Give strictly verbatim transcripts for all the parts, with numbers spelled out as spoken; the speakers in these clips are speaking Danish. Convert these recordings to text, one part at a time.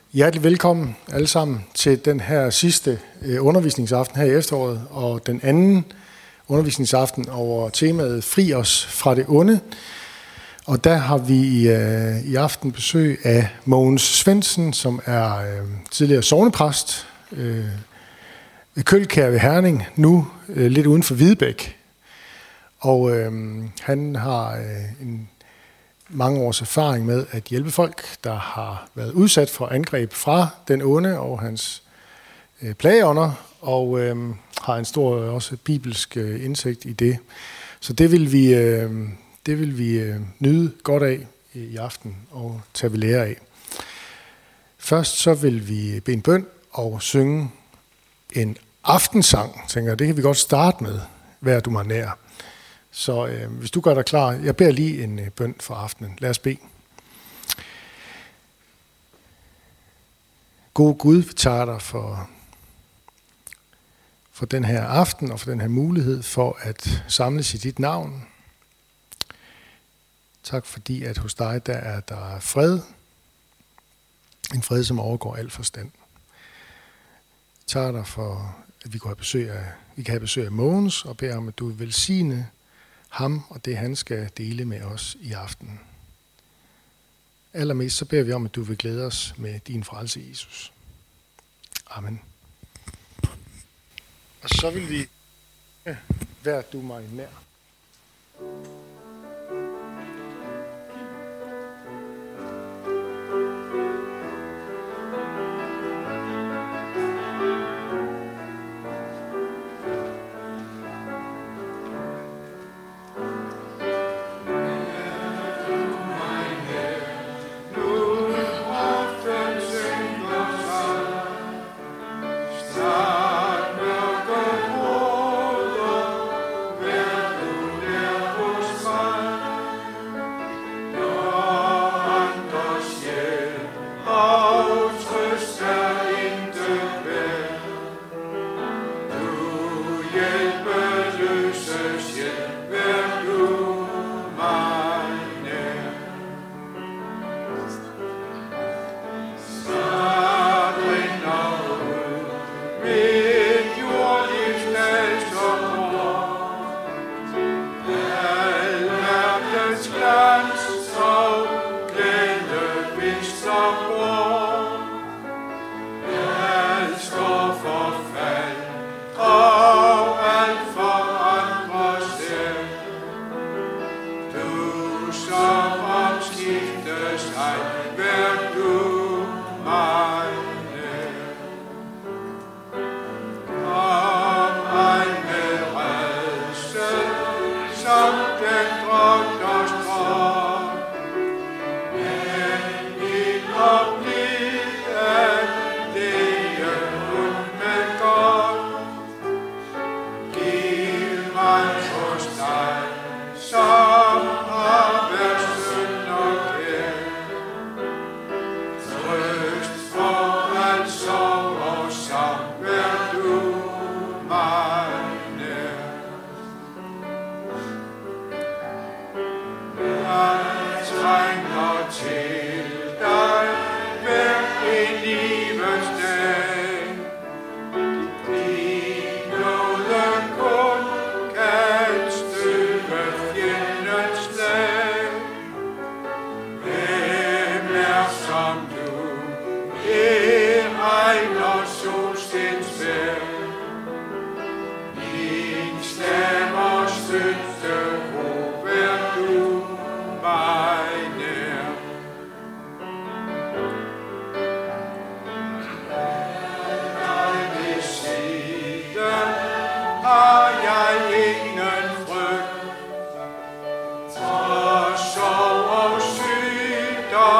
Hjertelig velkommen alle sammen til den her sidste undervisningsaften her i efteråret, og den anden undervisningsaften over temaet Fri os fra det onde. Og der har vi i, øh, i aften besøg af Mogens Svendsen, som er øh, tidligere sognepræst øh, ved Kølkær ved Herning, nu øh, lidt uden for Hvidebæk. Og øh, han har øh, en mange års erfaring med at hjælpe folk, der har været udsat for angreb fra den onde og hans øh, plageånder, og øh, har en stor også bibelsk øh, indsigt i det. Så det vil vi, øh, det vil vi øh, nyde godt af i aften og tage ved lære af. Først så vil vi bede en bøn og synge en aftensang, tænker jeg. Det kan vi godt starte med, vær du mig nær. Så øh, hvis du gør dig klar, jeg beder lige en øh, bøn for aftenen. Lad os bede. Gode Gud, vi tager dig for, for den her aften og for den her mulighed for at samles i dit navn. Tak fordi, at hos dig der er der fred. En fred, som overgår al forstand. Vi tager dig for, at vi kan have besøg af, vi kan have besøg af Mogens og beder om, at du vil velsigne ham og det, han skal dele med os i aften. Allermest så beder vi om, at du vil glæde os med din frelse, Jesus. Amen. Og så vil vi ja, vær du mig nær.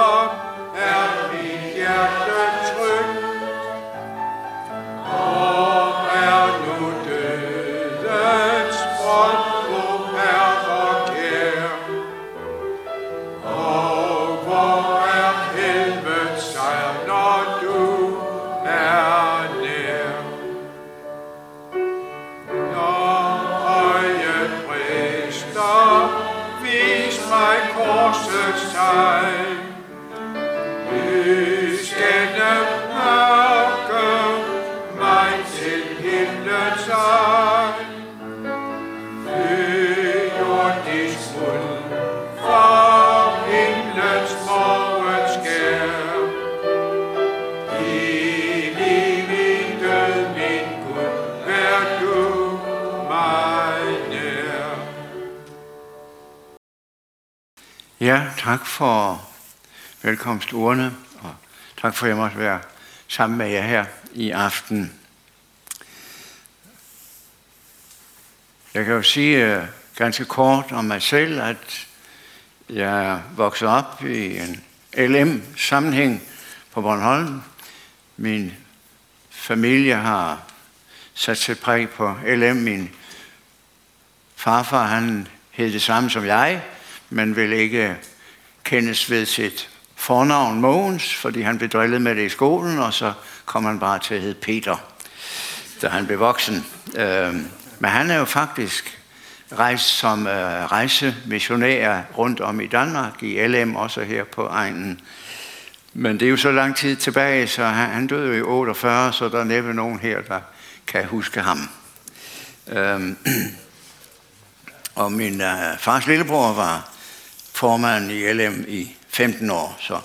Oh Ja, tak for velkomstordene, og tak for, at jeg måtte være sammen med jer her i aften. Jeg kan jo sige uh, ganske kort om mig selv, at jeg er vokset op i en L M-sammenhæng på Bornholm. Min familie har sat sig præg på L M. Min farfar, han hed det samme som jeg, men ville ikke kendes ved sit fornavn Mogens, fordi han blev drillet med det i skolen, og så kom han bare til at hedde Peter, da han blev voksen. Øh, men han er jo faktisk rejst som øh, rejsemissionær rundt om i Danmark, i L M, også her på egnen. Men det er jo så lang tid tilbage, så han, han døde jo i otteogfyrre, så der er næppe nogen her, der kan huske ham. Øh, og min øh, fars lillebror var formand i L M i femten år, så,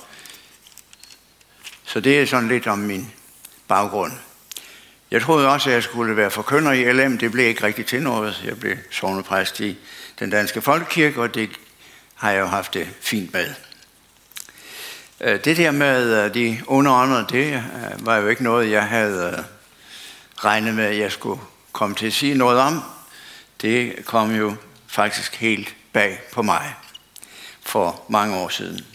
så det er sådan lidt om min baggrund. Jeg troede også, at jeg skulle være forkynder i L M. Det blev ikke rigtig til noget. Jeg blev sognepræst i den danske folkekirke, og det har jeg jo haft det fint med. Det der med de underånder, det var jo ikke noget, jeg havde regnet med, at jeg skulle komme til at sige noget om. Det kom jo faktisk helt bag på mig for mange år siden.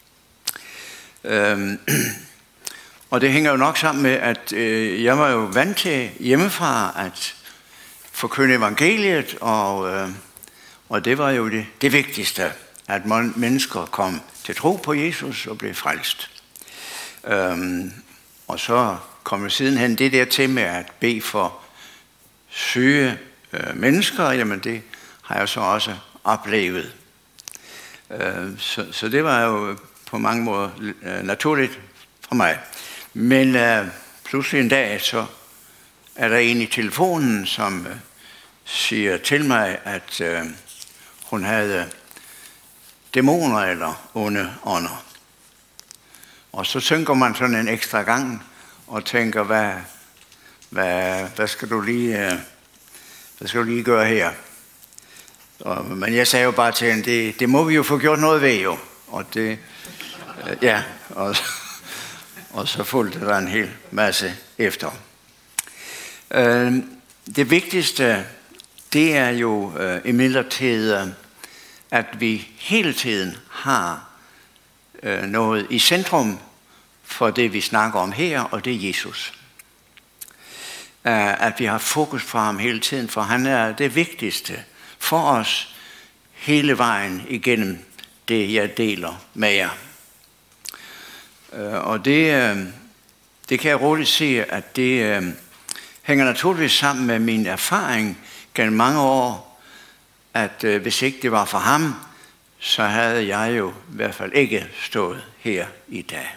Øhm, og det hænger jo nok sammen med, at øh, jeg var jo vant til hjemmefra at forkynde evangeliet, og, øh, og det var jo det, det vigtigste, at mennesker kom til tro på Jesus og blev frelst. Øhm, og så kom jo sidenhen det der til med at bede for syge øh, mennesker, jamen det har jeg så også oplevet. Så, så det var jo på mange måder naturligt for mig. Men uh, pludselig en dag, så er der en i telefonen, som uh, siger til mig, at uh, hun havde dæmoner eller onde ånder. Og så synker man sådan en ekstra gang og tænker, hvad, hvad, hvad, skal, du lige, uh, hvad skal du lige gøre her? Og, men jeg sagde jo bare til hende, det, det må vi jo få gjort noget ved jo. Og det, øh, ja, og, og så fulgte der en hel masse efter. Øh, det vigtigste, det er jo øh, imidlertid, at vi hele tiden har øh, noget i centrum for det, vi snakker om her, og det er Jesus. Øh, at vi har fokus på ham hele tiden, for han er det vigtigste for os hele vejen igennem det, jeg deler med jer. Og det, det kan jeg roligt sige, at det hænger naturligvis sammen med min erfaring gennem mange år, at hvis ikke det var for ham, så havde jeg jo i hvert fald ikke stået her i dag.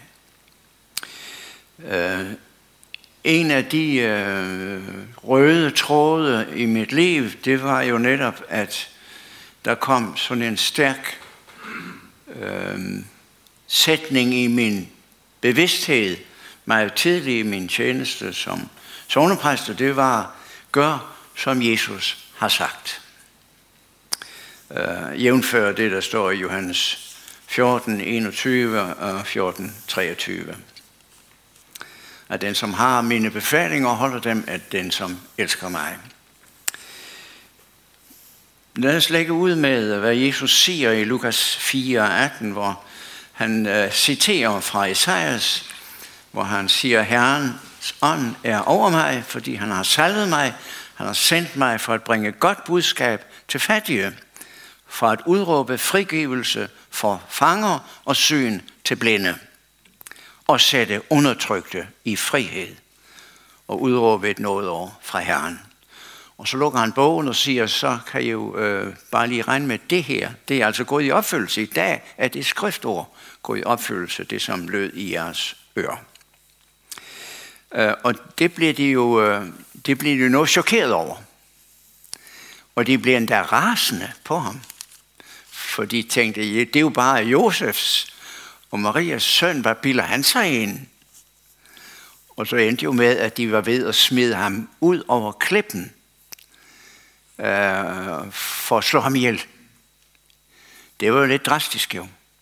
En af de øh, røde tråde i mit liv, det var jo netop, at der kom sådan en stærk øh, sætning i min bevidsthed, meget tidlig i min tjeneste som sognepræst, og det var, gør som Jesus har sagt. Øh, jævnfør det, der står i Johannes fjorten enogtyve og fjorten treogtyve. At den, som har mine befalinger, holder dem, at den, som elsker mig. Lad os lægge ud med, hvad Jesus siger i Lukas fire atten, hvor han uh, citerer fra Esajas, hvor han siger, Herrens ånd er over mig, fordi han har salvet mig. Han har sendt mig for at bringe godt budskab til fattige, for at udråbe frigivelse for fanger og syn til blinde, og sætte undertrykte i frihed og udråbe et nådeår fra Herren. Og så lukker han bogen og siger, så kan I jo øh, bare lige regne med det her. Det er altså gået i opfyldelse. I dag er det skriftord gået i opfyldelse, det som lød i jeres ører. Øh, og det bliver de jo, øh, det bliver de jo noget chokeret over. Og de bliver endda rasende på ham. For de tænkte, det er jo bare Josefs og Marias søn, hvad bilder han sig ind? Og så endte jo med, at de var ved at smide ham ud over klippen øh, for at slå ham ihjel. Det var jo lidt drastisk jo.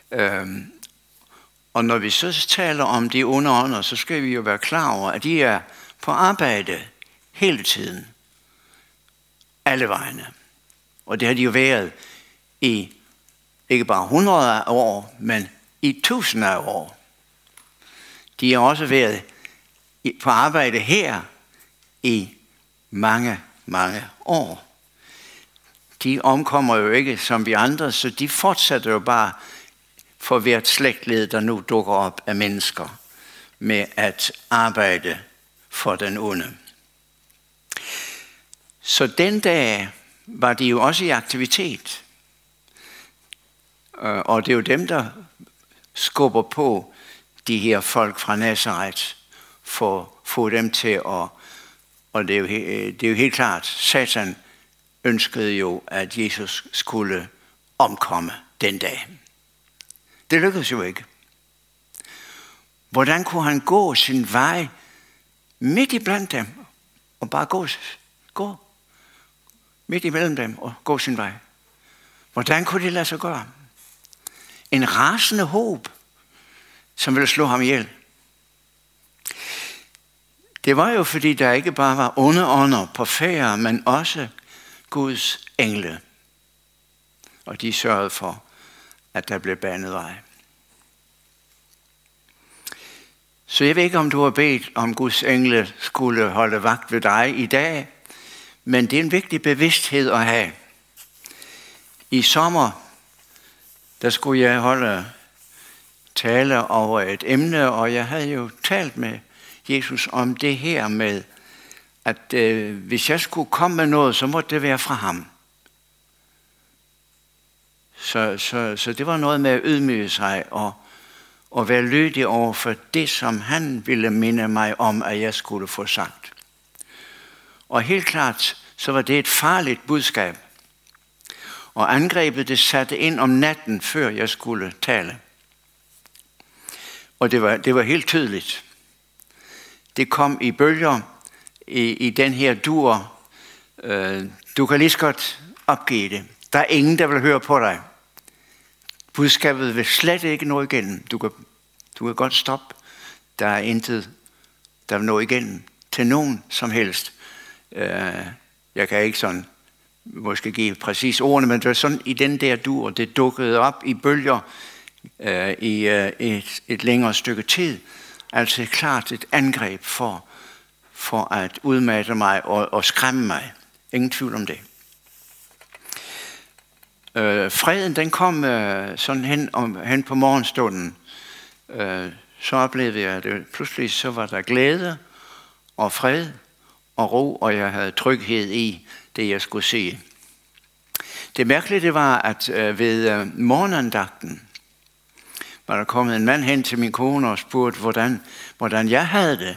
Øhm, og når vi så taler om de onde ånder, så skal vi jo være klar over, at de er på arbejde hele tiden. Alle vejene. Og det har de jo været i ikke bare hundreder af år, men i tusinder af år. De har også været på arbejde her i mange, mange år. De omkommer jo ikke som vi andre, så de fortsætter jo bare for hvert slægtled, der nu dukker op af mennesker, med at arbejde for den onde. Så den dag var de jo også i aktivitet. Og det er jo dem, der skubber på de her folk fra Nazaret, for at få dem til at, og det er, jo, det er jo helt klart, Satan ønskede jo, at Jesus skulle omkomme den dag. Det lykkedes jo ikke. Hvordan kunne han gå sin vej midt i blandt dem, og bare gå, gå midt imellem dem og gå sin vej? Hvordan kunne det lade sig gøre? En rasende håb, som ville slå ham ihjel. Det var jo fordi, der ikke bare var onde ånder på færd, men også Guds engle. Og de sørgede for, at der blev banet vej. Så jeg ved ikke, om du har bedt, om Guds engle skulle holde vagt ved dig i dag, men det er en vigtig bevidsthed at have. I sommer, der skulle jeg holde tale over et emne, og jeg havde jo talt med Jesus om det her med, at øh, hvis jeg skulle komme med noget, så måtte det være fra ham. Så, så, så det var noget med at ydmyge sig og, og være lydig over for det, som han ville minde mig om, at jeg skulle få sagt. Og helt klart, så var det et farligt budskab. Og angrebet det satte ind om natten, før jeg skulle tale. Og det var, det var helt tydeligt. Det kom i bølger i, i den her dur. Øh, du kan lige så godt opgive det. Der er ingen, der vil høre på dig. Budskabet vil slet ikke nå igennem. Du kan, du kan godt stoppe. Der er intet, der vil nå igennem til nogen som helst. Øh, jeg kan ikke sådan måske give præcis ordene, men det var sådan i den der dur, det dukkede op i bølger øh, i øh, et, et længere stykke tid. Altså klart et angreb for, for at udmatte mig og, og skræmme mig. Ingen tvivl om det. Øh, freden den kom øh, sådan hen, om, hen på morgenstunden. Øh, så oplevede jeg det. Pludselig så var der glæde og fred og ro, og jeg havde tryghed i det, jeg skulle sige. Det mærkelige det var, at øh, ved øh, morgenandagten var der kommet en mand hen til min kone og spurgte, hvordan, hvordan jeg havde det.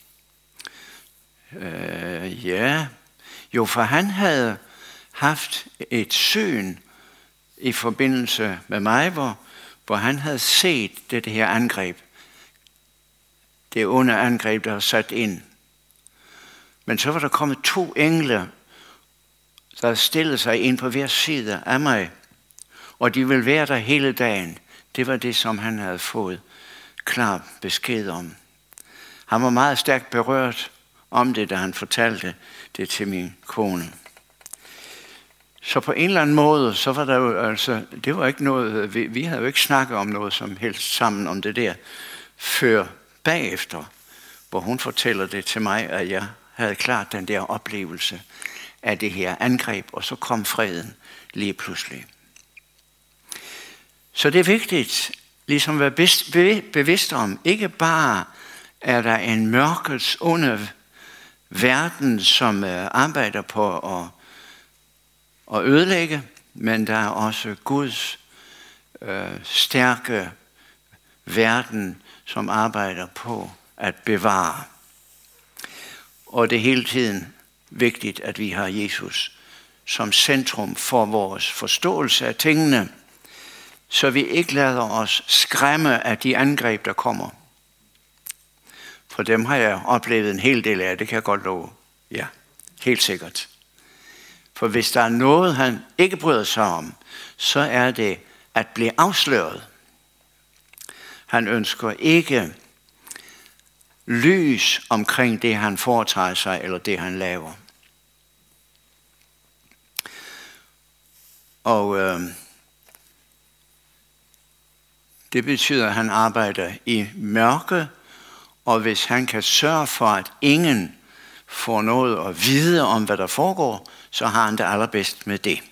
Øh, ja, jo, for han havde haft et syn i forbindelse med mig, hvor, hvor han havde set det her angreb. Det onde angreb, der var sat ind. Men så var der kommet to engle, der stillede sig ind på hver side af mig. Og de ville være der hele dagen. Det var det, som han havde fået klar besked om. Han var meget stærkt berørt om det, da han fortalte det til min kone. Så på en eller anden måde, så var der jo altså, det var ikke noget, vi, vi havde jo ikke snakket om noget som helst sammen om det der, før bagefter, hvor hun fortæller det til mig, at jeg havde klart den der oplevelse af det her angreb, og så kom freden lige pludselig. Så det er vigtigt, ligesom at være bevidst om, ikke bare er der en mørkets onde verden, som arbejder på at, at ødelægge, men der er også Guds øh, stærke verden, som arbejder på at bevare. Og det er hele tiden vigtigt, at vi har Jesus som centrum for vores forståelse af tingene, så vi ikke lader os skræmme af de angreb, der kommer. For dem har jeg oplevet en hel del af, det kan jeg godt love. Ja, helt sikkert. For hvis der er noget, han ikke bryder sig om, så er det at blive afsløret. Han ønsker ikke lys omkring det, han foretager sig, eller det, han laver. Og øh, det betyder, at han arbejder i mørke, og hvis han kan sørge for, at ingen får noget at vide om, hvad der foregår, så har han det allerbedst med det.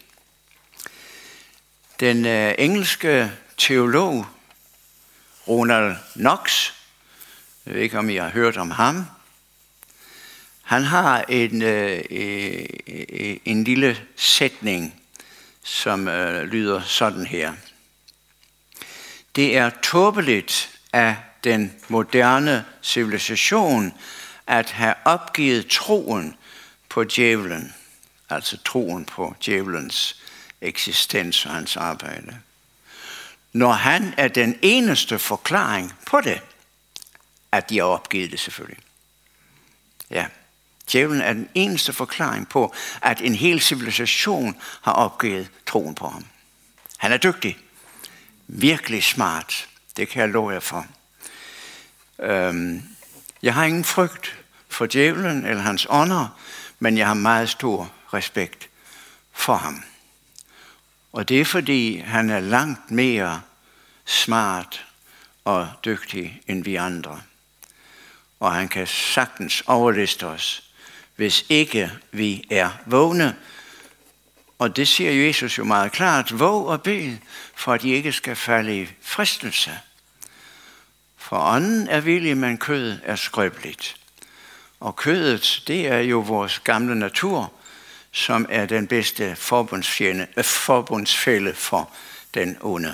Den øh, engelske teolog Ronald Knox, jeg ved ikke, om I har hørt om ham, han har en, øh, øh, en lille sætning, som øh, lyder sådan her. Det er tåbeligt af den moderne civilisation at have opgivet troen på djævlen, altså troen på djævelens eksistens og hans arbejde, når han er den eneste forklaring på det, at de har opgivet det selvfølgelig. Ja, djævlen er den eneste forklaring på, at en hel civilisation har opgivet troen på ham. Han er dygtig, virkelig smart, det kan jeg love jer for. Øhm, jeg har ingen frygt for djævlen eller hans ånder, men jeg har meget stor respekt for ham. Og det er fordi, han er langt mere smart og dygtig end vi andre. Og han kan sagtens overliste os, hvis ikke vi er vågne. Og det siger Jesus jo meget klart. Våg og bed, for at I ikke skal falde i fristelse. For ånden er villig, men kødet er skrøbeligt. Og kødet, det er jo vores gamle natur, som er den bedste forbundsfælle for den onde.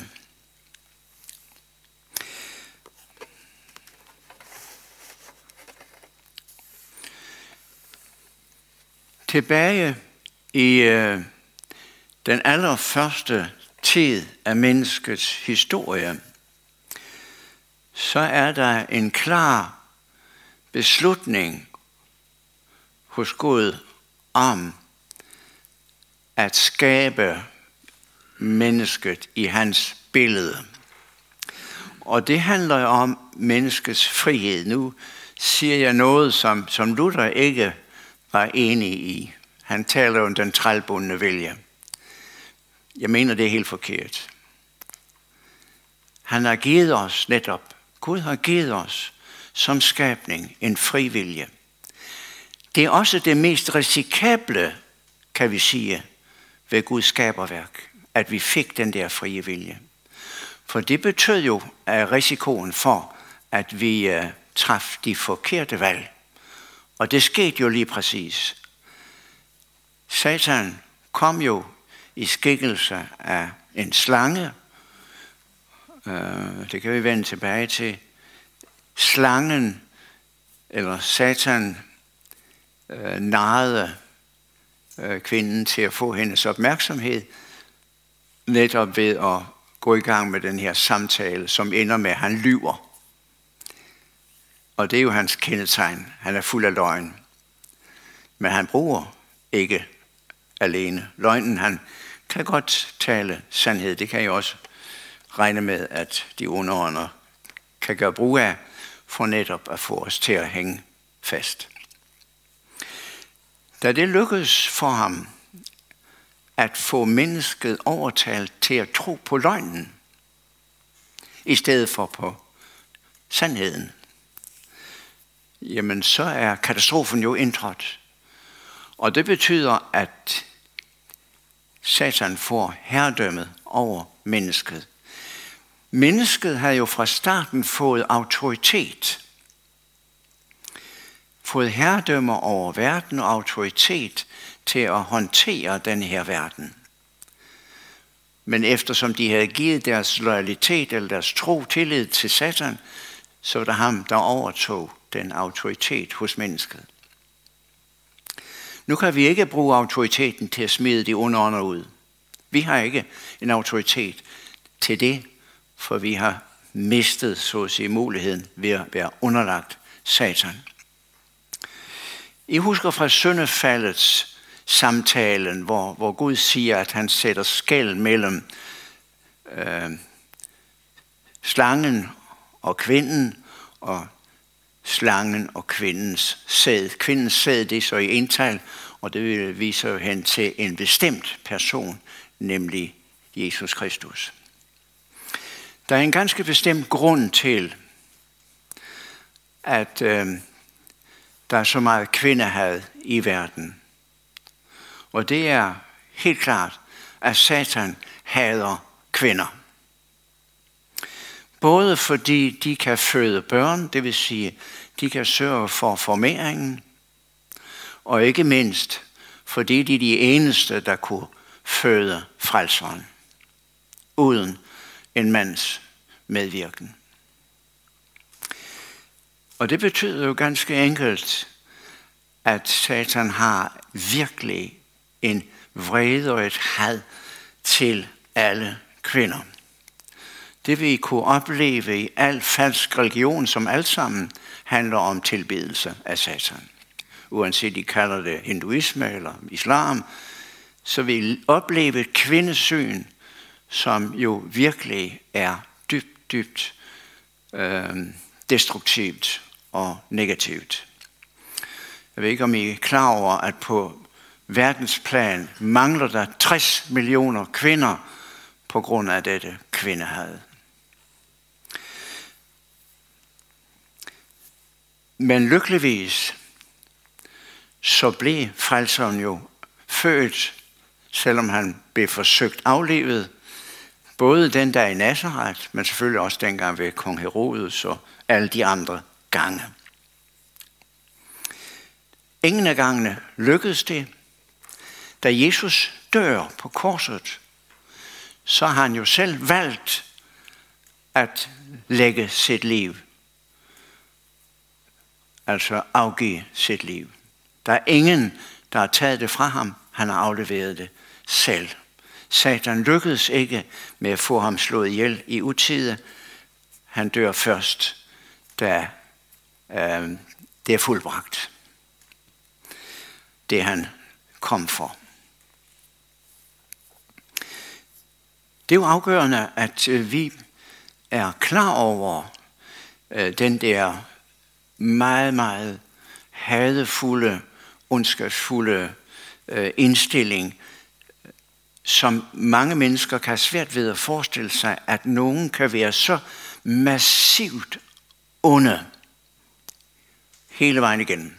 Tilbage i øh, den allerførste tid af menneskets historie, så er der en klar beslutning hos Gud om at skabe mennesket i hans billede. Og det handler om menneskets frihed. Nu siger jeg noget, som, som Luther ikke var enig i. Han taler om den trælbundne vilje. Jeg mener, det er helt forkert. Han har givet os netop, Gud har givet os som skabning en fri vilje. Det er også det mest risikable, kan vi sige, ved Guds skaberværk, at vi fik den der frie vilje. For det betød jo at risikoen for, at vi uh, traf de forkerte valg. Og det skete jo lige præcis. Satan kom jo i skikkelse af en slange. Uh, det kan vi vende tilbage til. Slangen, eller Satan, uh, narrede uh, kvinden til at få hendes opmærksomhed, netop ved at gå i gang med den her samtale, som ender med, at han lyver. Og det er jo hans kendetegn. Han er fuld af løgn. Men han bruger ikke alene løgnen. Han kan godt tale sandhed. Det kan jeg også regne med, at de underånder kan gøre brug af, for netop at få os til at hænge fast. Da det lykkedes for ham at få mennesket overtalt til at tro på løgnen, i stedet for på sandheden, jamen så er katastrofen jo indtrådt. Og det betyder, at Satan får herredømmet over mennesket. Mennesket har jo fra starten fået autoritet. Fået herredømme over verden og autoritet til at håndtere den her verden. Men eftersom de havde givet deres loyalitet eller deres tro tillid til Satan, så var det ham, der overtog den autoritet hos mennesket. Nu kan vi ikke bruge autoriteten til at smide de onde ånder ud. Vi har ikke en autoritet til det, for vi har mistet, så at sige, muligheden ved at være underlagt Satan. I husker fra syndefaldets samtalen, hvor, hvor Gud siger, at han sætter skel mellem øh, slangen og kvinden, og slangen og kvindens sæd. Kvindens sæd, det er så i ental, og det viser jo hen til en bestemt person, nemlig Jesus Kristus. Der er en ganske bestemt grund til, at øh, der er så meget kvindehad i verden. Og det er helt klart, at Satan hader kvinder. Både fordi de kan føde børn, det vil sige, de kan sørge for formeringen, og ikke mindst, fordi de er de eneste, der kunne føde frelseren, uden en mands medvirken. Og det betyder jo ganske enkelt, at Satan har virkelig en vrede og et had til alle kvinder. Det vil I kunne opleve i al falsk religion, som alt sammen handler om tilbedelse af Satan. Uanset de kalder det hinduisme eller islam, så vil I opleve et kvindesyn, som jo virkelig er dybt, dybt øh, destruktivt og negativt. Jeg ved ikke, om I er klar over, at på verdensplan mangler der tres millioner kvinder på grund af dette kvindehad. Men lykkeligvis så blev frelseren jo født, selvom han blev forsøgt aflevet, både den der i Nazaret, men selvfølgelig også dengang ved kong Herodes og alle de andre gange. Ingen af gangene lykkedes det. Da Jesus dør på korset, så har han jo selv valgt at lægge sit liv. Altså afgive sit liv. Der er ingen, der har taget det fra ham. Han har afleveret det selv. Satan lykkedes ikke med at få ham slået ihjel i utide. Han dør først, da øh, det er fuldbragt. Det han kom for. Det er jo afgørende, at vi er klar over øh, den der meget, meget hadefulde, ondskabsfulde øh, indstilling, som mange mennesker kan have svært ved at forestille sig, at nogen kan være så massivt onde hele vejen igennem.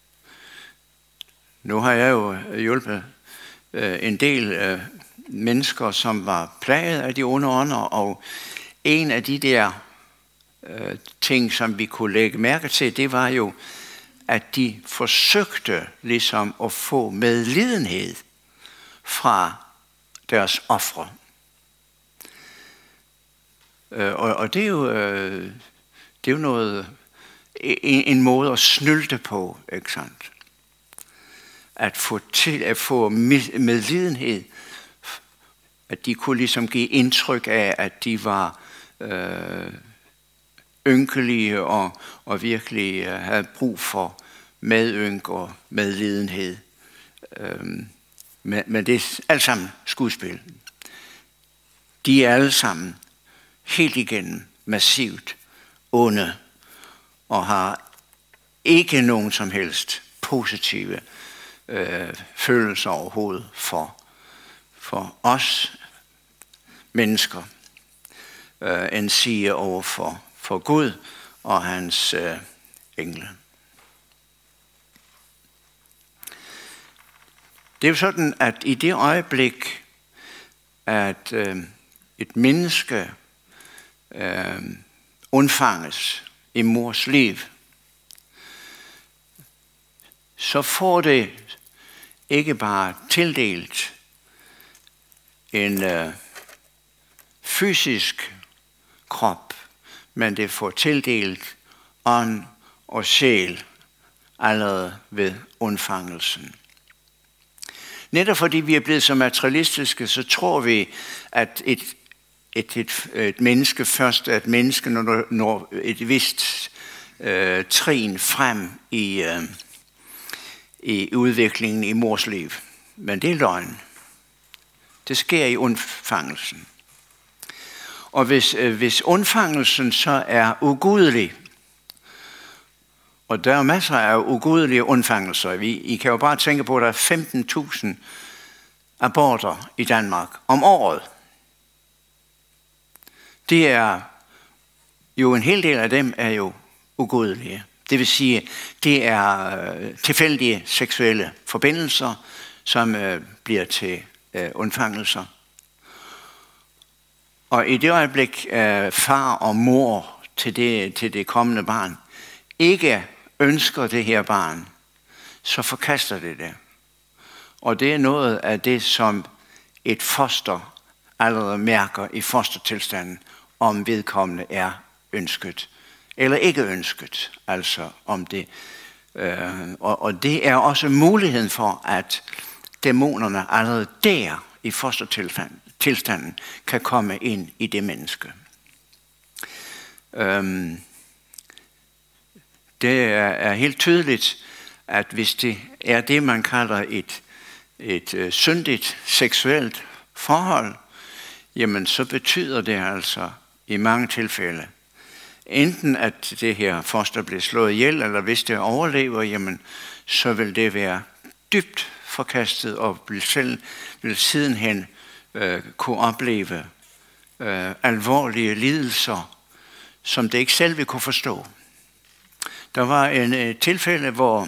Nu har jeg jo hjulpet øh, en del øh, mennesker, som var plaget af de onde ånder, og en af de der øh, ting, som vi kunne lægge mærke til, det var jo, at de forsøgte ligesom at få medlidenhed fra deres ofre. Øh, og, og det er jo, øh, det er jo noget, en, en måde at snylte på, ikke sandt? At få til at få medlidenhed, at de kunne ligesom give indtryk af, at de var øh, ynkelige og, og virkelig øh, havde brug for medynk og medlidenhed. Øh, men, men det er alt sammen skuespil. De er alle sammen helt igennem massivt onde og har ikke nogen som helst positive øh, følelser overhovedet for, for os mennesker, øh, end sige over for, for Gud og hans øh, engle. Det er jo sådan, at i det øjeblik, at øh, et menneske øh, undfanges i mors liv, så får det ikke bare tildelt en øh, fysisk krop, men det får tildelt ånd og sjæl allerede ved undfangelsen. Netop fordi vi er blevet så materialistiske, så tror vi, at et, et, et, et menneske først er et menneske, når, når et vist øh, trin frem i, øh, i udviklingen i mors liv. Men det er løgn. Det sker i undfangelsen. Og hvis, hvis undfangelsen så er ugudelig, og der er masser af ugudelige undfangelser. Vi, I kan jo bare tænke på, at der er femten tusind aborter i Danmark om året. Det er jo en hel del af dem er jo ugudelige. Det vil sige, det er tilfældige seksuelle forbindelser, som øh, bliver til øh, undfangelser. Og i det øjeblik, øh, far og mor til det, til det kommende barn ikke ønsker det her barn, så forkaster det det. Og det er noget af det, som et foster allerede mærker i fostertilstanden, om vedkommende er ønsket eller ikke ønsket. Altså om det. Øh, og, og det er også muligheden for, at dæmonerne allerede der i fostertilstanden kan komme ind i det menneske. Øh, Det er helt tydeligt, at hvis det er det, man kalder et, et syndigt seksuelt forhold, jamen så betyder det altså i mange tilfælde, enten at det her foster bliver slået ihjel, eller hvis det overlever, jamen så vil det være dybt forkastet og vil, selv, vil sidenhen øh, kunne opleve øh, alvorlige lidelser, som det ikke selv vil kunne forstå. Der var en et tilfælde, hvor,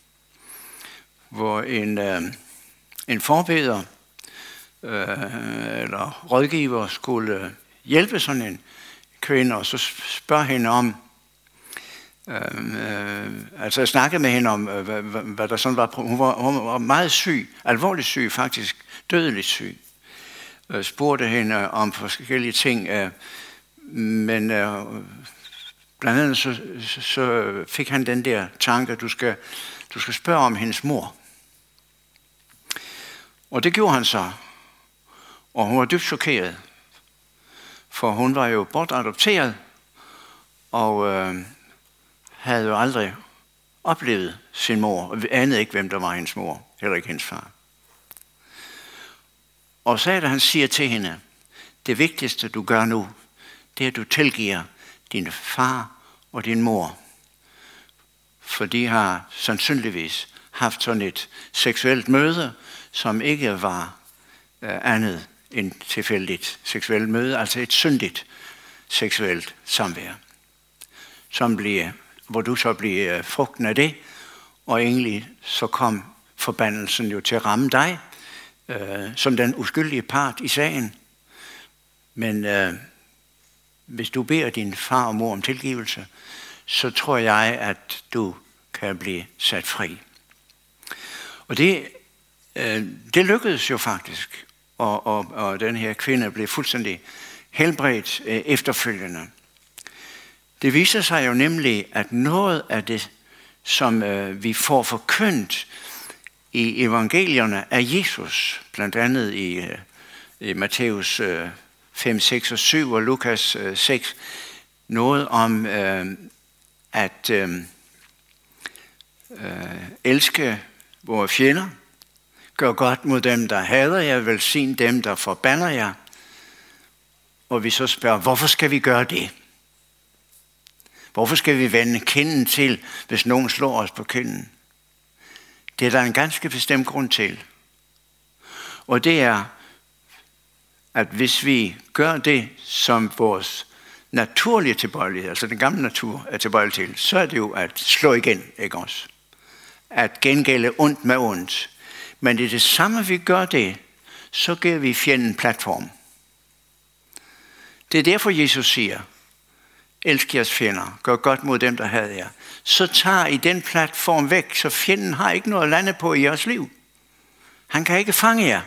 hvor en, øh, en forbeder øh, eller rådgiver skulle hjælpe sådan en kvinde, og så spørge hende om, øh, øh, altså jeg snakkede med hende om, øh, hvad, hvad der sådan var. Hun var, hun var meget syg, alvorligt syg, faktisk dødeligt syg. Jeg spurgte hende om forskellige ting, øh, men øh, blandt andet så, så fik han den der tanke, du skal, du skal spørge om hendes mor. Og det gjorde han så. Og hun var dybt chokeret. For hun var jo bortadopteret, og øh, havde jo aldrig oplevet sin mor, og anede ikke, hvem der var hendes mor, heller ikke hendes far. Og så er det, han siger til hende, det vigtigste du gør nu, det er, at du tilgiver din far og din mor. For de har sandsynligvis haft sådan et seksuelt møde, som ikke var øh, andet end tilfældigt seksuelt møde, altså et syndigt seksuelt samvær, som bliver, hvor du så bliver frugten af det, og egentlig så kom forbandelsen jo til at ramme dig, øh, som den uskyldige part i sagen. Men øh, hvis du beder din far og mor om tilgivelse, så tror jeg, at du kan blive sat fri. Og det, øh, det lykkedes jo faktisk, og, og, og den her kvinde blev fuldstændig helbredt øh, efterfølgende. Det viser sig jo nemlig, at noget af det, som øh, vi får forkyndt i evangelierne af Jesus, blandt andet i, øh, i Matthæus øh, fem, seks og syv og Lukas øh, seks, noget om øh, at øh, øh, elske vores fjender, gør godt mod dem, der hader jer, velsign dem, der forbander jer. Og vi så spørger, hvorfor skal vi gøre det? Hvorfor skal vi vende kinden til, hvis nogen slår os på kinden? Det er der en ganske bestemt grund til. Og det er, at hvis vi gør det, som vores naturlige tilbøjelighed, altså den gamle natur er tilbøjelig til, så er det jo at slå igen, ikke også? At gengælde ondt med ondt. Men det er det samme, vi gør det, så giver vi fjenden platform. Det er derfor, Jesus siger, elsk jeres fjender, gør godt mod dem, der hader jer. Så tager I den platform væk, så fjenden har ikke noget at lande på i jeres liv. Han kan ikke fange jer.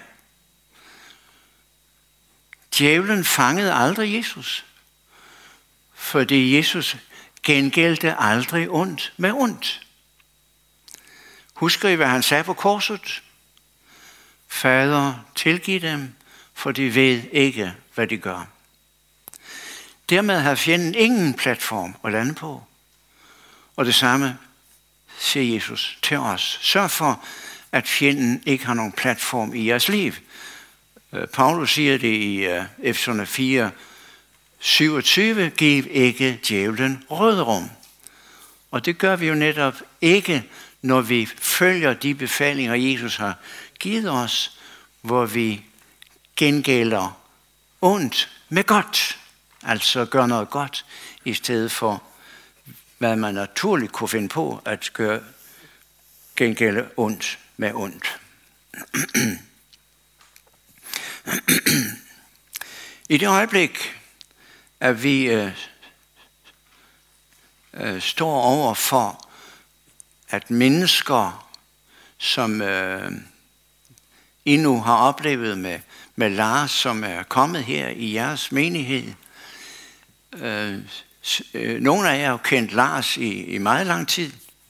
Djævlen fangede aldrig Jesus, fordi Jesus gengældte aldrig ondt med ondt. Husker I, hvad han sagde på korset? Fader, tilgiv dem, for de ved ikke, hvad de gør. Dermed har fjenden ingen platform at lande på. Og det samme siger Jesus til os. Sørg for, at fjenden ikke har nogen platform i jeres liv. Paulus siger det i Efeserne fire, syvogtyve, giv ikke djævlen råderum. Og det gør vi jo netop ikke, når vi følger de befalinger, Jesus har givet os, hvor vi gengælder ondt med godt. Altså gør noget godt, i stedet for, hvad man naturligt kunne finde på, at gøre gengælde ondt med ondt. I det øjeblik, at vi øh, øh, står over for, at mennesker, som øh, endnu har oplevet med, med Lars, som er kommet her i jeres menighed, øh, øh, nogle af jer har jo kendt Lars i, i meget lang tid.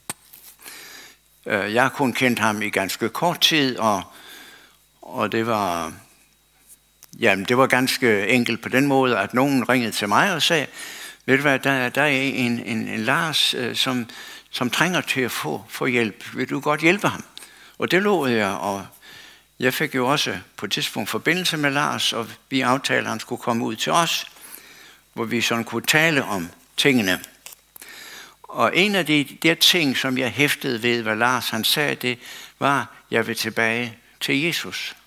Jeg har kun kendt ham i ganske kort tid, og, og det var... Jamen, det var ganske enkelt på den måde, at nogen ringede til mig og sagde, ved du hvad, der, der er en, en, en Lars, øh, som, som trænger til at få, få hjælp. Vil du godt hjælpe ham? Og det lovede jeg, og jeg fik jo også på et tidspunkt forbindelse med Lars, og vi aftalte, at han skulle komme ud til os, hvor vi sådan kunne tale om tingene. Og en af de der ting, som jeg hæftede ved, hvad Lars han sagde, det var, jeg vil tilbage til Jesus.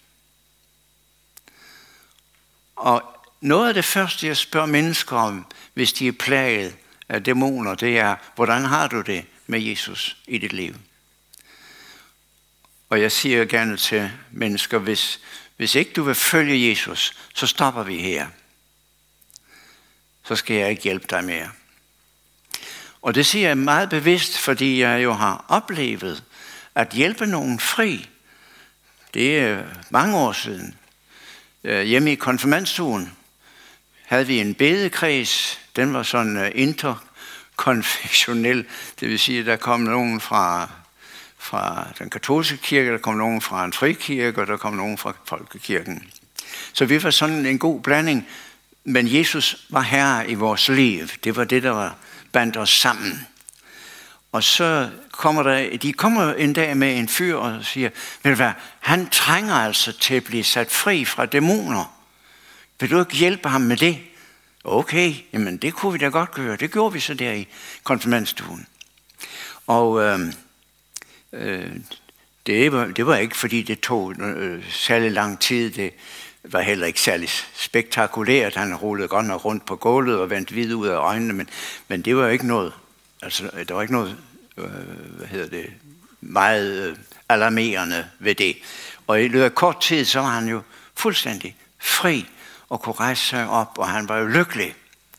Og noget af det første, jeg spørger mennesker om, hvis de er plaget af dæmoner, det er, hvordan har du det med Jesus i dit liv? Og jeg siger gerne til mennesker, hvis, hvis ikke du vil følge Jesus, så stopper vi her. Så skal jeg ikke hjælpe dig mere. Og det siger jeg meget bevidst, fordi jeg jo har oplevet at hjælpe nogen fri. Det er mange år siden. Hjemme i konfirmandstuen havde vi en bedekreds. Den var sådan interkonfessionel. Det vil sige, at der kom nogen fra, fra den katolske kirke, der kom nogen fra en frikirke, og der kom nogen fra folkekirken. Så vi var sådan en god blanding. Men Jesus var herre i vores liv. Det var det, der var bandt os sammen. Og så kommer der, de kommer en dag med en fyr og siger, ved du hvad, han trænger altså til at blive sat fri fra dæmoner. Vil du ikke hjælpe ham med det? Okay, jamen det kunne vi da godt gøre. Det gjorde vi så der i konfirmandstuen. Og øh, øh, det, var, det var ikke, fordi det tog øh, særlig lang tid. Det var heller ikke særlig spektakulært. Han rullede godt nok rundt på gulvet og vendte vidt ud af øjnene, men, men det var ikke noget, altså der var ikke noget, øh, hvad hedder det, meget øh, alarmerende ved det. Og i løbet af kort tid, så var han jo fuldstændig fri og kunne rejse sig op, og han var jo lykkelig.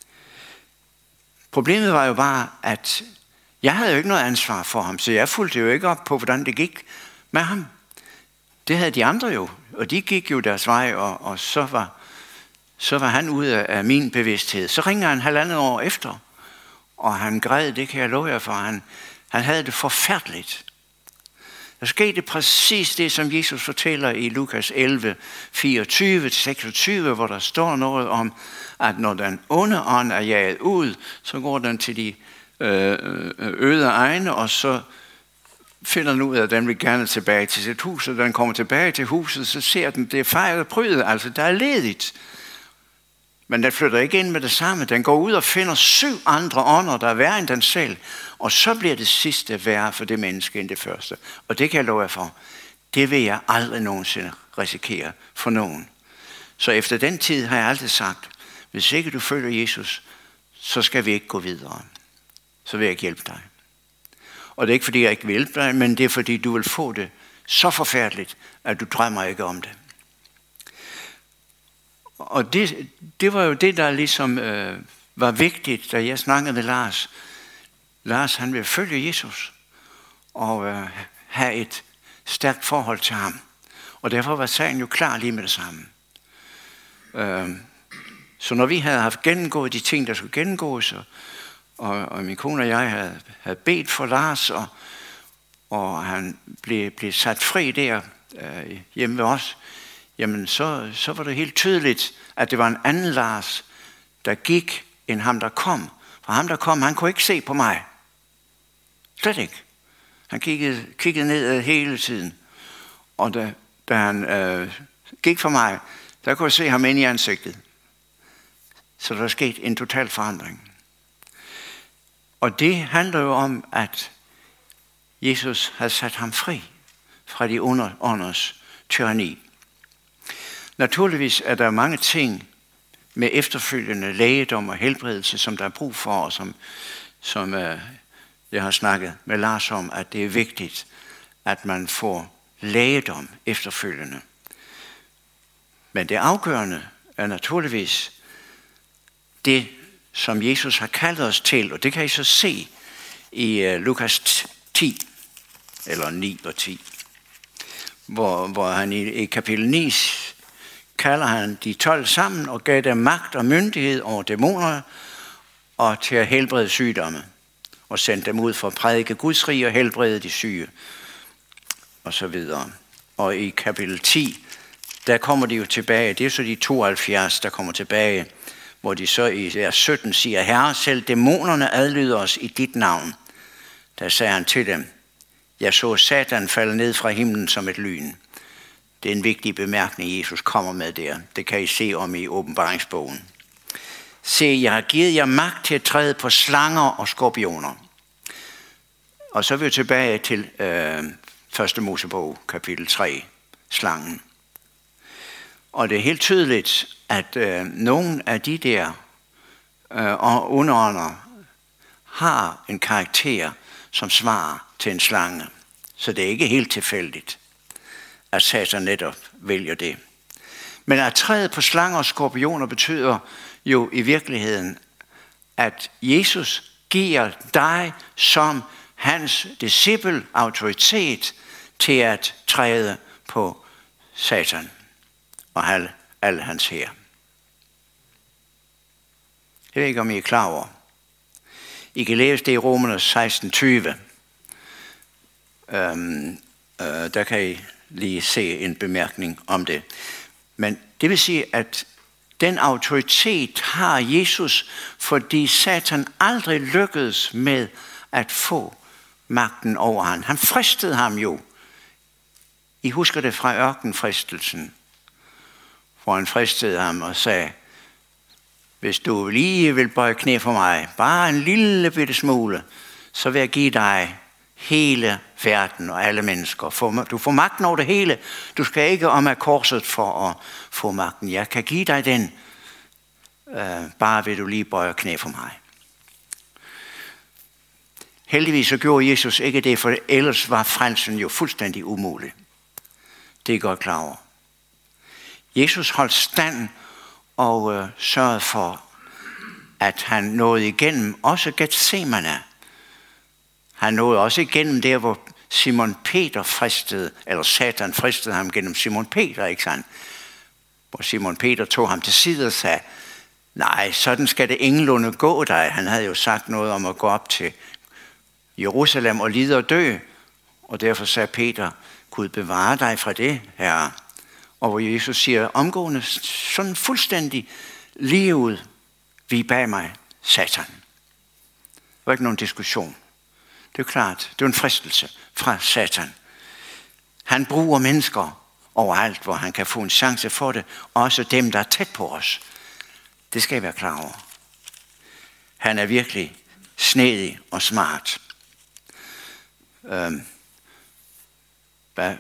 Problemet var jo bare, at jeg havde jo ikke noget ansvar for ham, så jeg fulgte jo ikke op på, hvordan det gik med ham. Det havde de andre jo, og de gik jo deres vej, og, og så, var, så var han ude af min bevidsthed. Så ringer han halvandet år efter, og han græd, det kan jeg love jer for, han, han havde det forfærdeligt. Der skete præcis det, som Jesus fortæller i Lukas elleve, fireogtyve til seksogtyve, hvor der står noget om, at når den onde ånd er jaget ud, så går den til de øde egne, og så finder den ud af, at den vil gerne tilbage til sit hus, og den kommer tilbage til huset, så ser den, det er fejret og prydet, altså der er ledigt. Men den flytter ikke ind med det samme. Den går ud og finder syv andre ånder, der er værre end den selv. Og så bliver det sidste værre for det menneske end det første. Og det kan jeg love jer for. Det vil jeg aldrig nogensinde risikere for nogen. Så efter den tid har jeg altid sagt, hvis ikke du følger Jesus, så skal vi ikke gå videre. Så vil jeg ikke hjælpe dig. Og det er ikke fordi jeg ikke vil hjælpe dig, men det er fordi du vil få det så forfærdeligt, at du drømmer ikke om det. Og det, det var jo det, der ligesom øh, var vigtigt, da jeg snakkede med Lars. Lars, han vil følge Jesus og øh, have et stærkt forhold til ham. Og derfor var sagen jo klar lige med det samme. Øh, så når vi havde haft gennemgået de ting, der skulle gennemgås, og, og, og min kone og jeg havde, havde bedt for Lars, og, og han blev, blev sat fri der øh, hjemme ved os, jamen så, så var det helt tydeligt, at det var en anden Lars, der gik, end ham, der kom. For ham, der kom, han kunne ikke se på mig. Slet ikke. Han kiggede, kiggede ned hele tiden. Og da, da han øh, gik for mig, der kunne jeg se ham ind i ansigtet. Så der er sket en total forandring. Og det handler jo om, at Jesus har sat ham fri fra de underånders tyranni. Naturligvis er der mange ting med efterfølgende lægedom og helbredelse, som der er brug for, og som, som uh, jeg har snakket med Lars om, at det er vigtigt, at man får lægedom efterfølgende. Men det afgørende er naturligvis det, som Jesus har kaldt os til, og det kan I så se i uh, Lukas ti, eller ni og ti, hvor, hvor han i, i kapitel ni kalder han de tolv sammen og gav dem magt og myndighed over dæmoner og til at helbrede sygdomme, og sendte dem ud for at prædike Guds rige og helbrede de syge, og så videre. Og i kapitel ti, der kommer de jo tilbage, det er så de tooghalvfjerds, der kommer tilbage, hvor de så i vers sytten siger, Herre, selv dæmonerne adlyder os i dit navn. Der sagde han til dem, jeg så Satan falde ned fra himlen som et lyn. Det er en vigtig bemærkning, Jesus kommer med der. Det kan I se om i åbenbaringsbogen. Se, jeg har givet jer magt til at træde på slanger og skorpioner. Og så er vi tilbage til øh, første Mosebog, kapitel tre, slangen. Og det er helt tydeligt, at øh, nogle af de der øh, underånder har en karakter, som svarer til en slange. Så det er ikke helt tilfældigt, at Satan netop vælger det. Men at træde på slanger og skorpioner betyder jo i virkeligheden, at Jesus giver dig som hans disciple autoritet til at træde på Satan og alle, alle hans hær. Jeg ved ikke, om I er klar over. I kan læse det i Romerne seksten tyve. Øhm, øh, der kan I lige se en bemærkning om det. Men det vil sige, at den autoritet har Jesus, fordi Satan aldrig lykkedes med at få magten over ham. Han fristede ham jo. I husker det fra ørkenfristelsen, hvor han fristede ham og sagde, hvis du lige vil bøje knæ for mig, bare en lille bitte smule, så vil jeg give dig hele verden og alle mennesker. Du får magten over det hele. Du skal ikke om af korset for at få magten. Jeg kan give dig den, øh, bare vil du lige bøje knæ for mig. Heldigvis så gjorde Jesus ikke det, for ellers var frelsen jo fuldstændig umulig. Det er godt klar over. Jesus holdt stand og øh, sørgede for, at han nåede igennem også Getsemane. Han nåede også igennem der, hvor Simon Peter fristede, eller Satan fristede ham gennem Simon Peter, ikke sandt? Hvor Simon Peter tog ham til side og sagde, nej, sådan skal det ingenlunde gå dig. Han havde jo sagt noget om at gå op til Jerusalem og lide og dø. Og derfor sagde Peter, Gud bevare dig fra det, herre. Og hvor Jesus siger omgående, sådan fuldstændig lige ud, vi bag mig, Satan. Der var ikke nogen diskussion. Det er klart, det er en fristelse fra Satan. Han bruger mennesker overalt, hvor han kan få en chance for det. Også dem, der er tæt på os. Det skal I være klar over. Han er virkelig snedig og smart. Øhm. Hvad,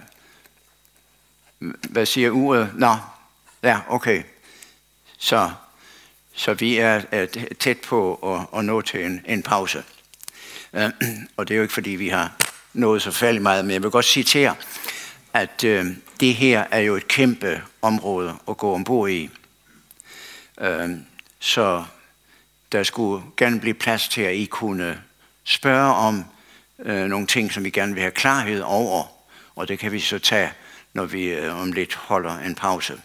hvad siger uret? Nå, ja, okay. Så, så vi er, er tæt på at, at nå til en, en pause. Øh, og det er jo ikke, fordi vi har nået så færdig meget, men jeg vil godt sige til jer, at øh, det her er jo et kæmpe område at gå ombord i. Øh, så der skulle gerne blive plads til, at I kunne spørge om øh, nogle ting, som vi gerne vil have klarhed over. Og det kan vi så tage, når vi øh, om lidt holder en pause.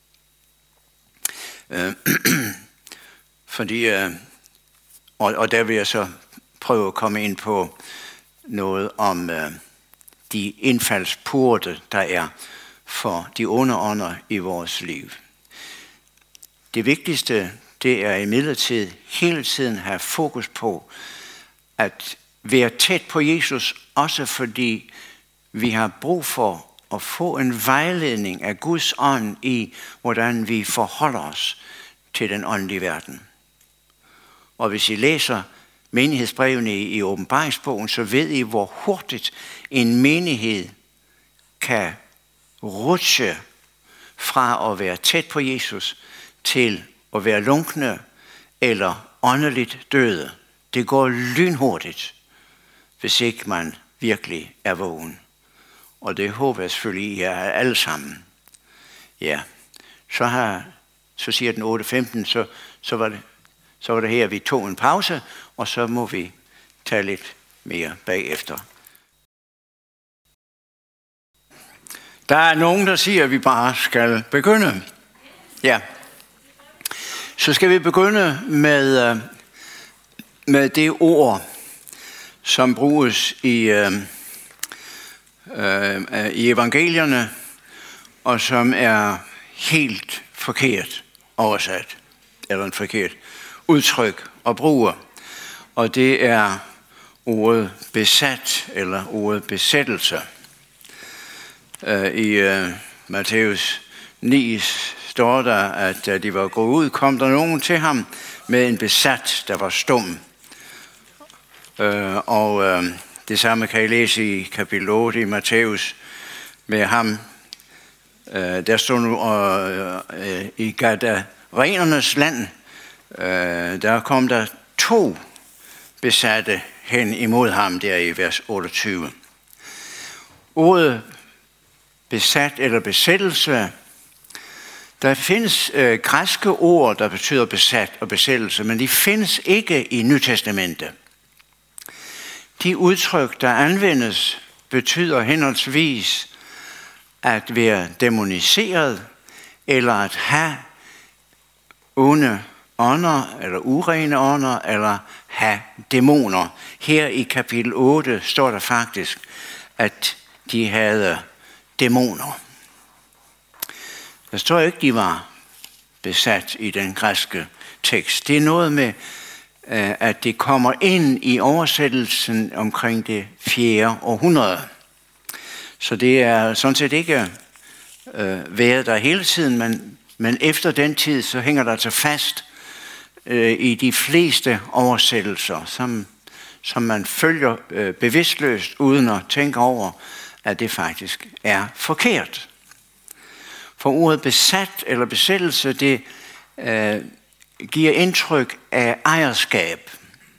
Øh, fordi, øh, og, og der vil jeg så prøve at komme ind på noget om øh, de indfaldsporte, der er for de onde ånder i vores liv. Det vigtigste, det er imidlertid hele tiden at have fokus på at være tæt på Jesus, også fordi vi har brug for at få en vejledning af Guds ånd i, hvordan vi forholder os til den åndelige verden. Og hvis I læser menighedsbrevene i åbenbaringsbogen, så ved I, hvor hurtigt en menighed kan rutsche fra at være tæt på Jesus til at være lunkne eller åndeligt døde. Det går lynhurtigt, hvis ikke man virkelig er vågen. Og det håber jeg selvfølgelig, I er alle sammen. Ja, så, har, så siger den otte femten, så, så, var det, så var det her, vi tog en pause, og så må vi tage lidt mere bagefter. Der er nogen, der siger, at vi bare skal begynde. Ja. Så skal vi begynde med, med det ord, som bruges i, øh, øh, i evangelierne, og som er helt forkert oversat, eller en forkert udtryk og bruger. Og det er ordet besat, eller ordet besættelse. I uh, Matthæus ni står der, at da de var gået ud, kom der nogen til ham med en besat, der var stum. Uh, og uh, det samme kan I læse i kapitel otte i Matthæus med ham. Uh, der stod nu uh, uh, i Gadarenernes land, uh, der kom der to besatte hen imod ham, der i vers otteogtyve. Ordet besat eller besættelse. Der findes øh, græske ord, der betyder besat og besættelse, men de findes ikke i Nytestamentet. De udtryk, der anvendes, betyder henholdsvis at være dæmoniseret, eller at have onde ånder, eller urene ånder, eller have dæmoner. Her i kapitel otte står der faktisk, at de havde dæmoner. Der står ikke, de var besat i den græske tekst. Det er noget med, at det kommer ind i oversættelsen omkring det fjerde århundrede. Så det er sådan set ikke øh, været der hele tiden, men, men efter den tid, så hænger der så fast øh, i de fleste oversættelser, som, som man følger øh, bevidstløst, uden at tænke over, at det faktisk er forkert. For ordet besat eller besættelse, det øh, giver indtryk af ejerskab.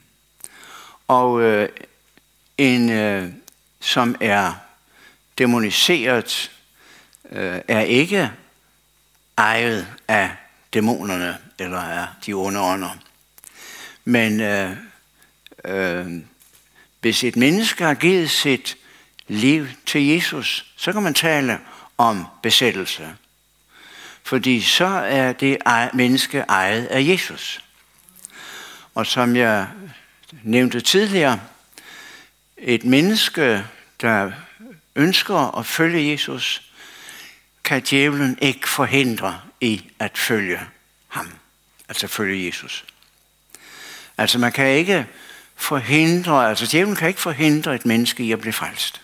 Og øh, en, øh, som er dæmoniseret, øh, er ikke ejet af dæmonerne eller af de onde ånder. Men øh, øh, hvis et menneske har givet sit liv til Jesus, så kan man tale om besættelse. Fordi så er det menneske ejet af Jesus. Og som jeg nævnte tidligere, et menneske, der ønsker at følge Jesus, kan djævlen ikke forhindre i at følge ham. Altså følge Jesus. Altså man kan ikke forhindre, altså djævlen kan ikke forhindre et menneske i at blive frelst.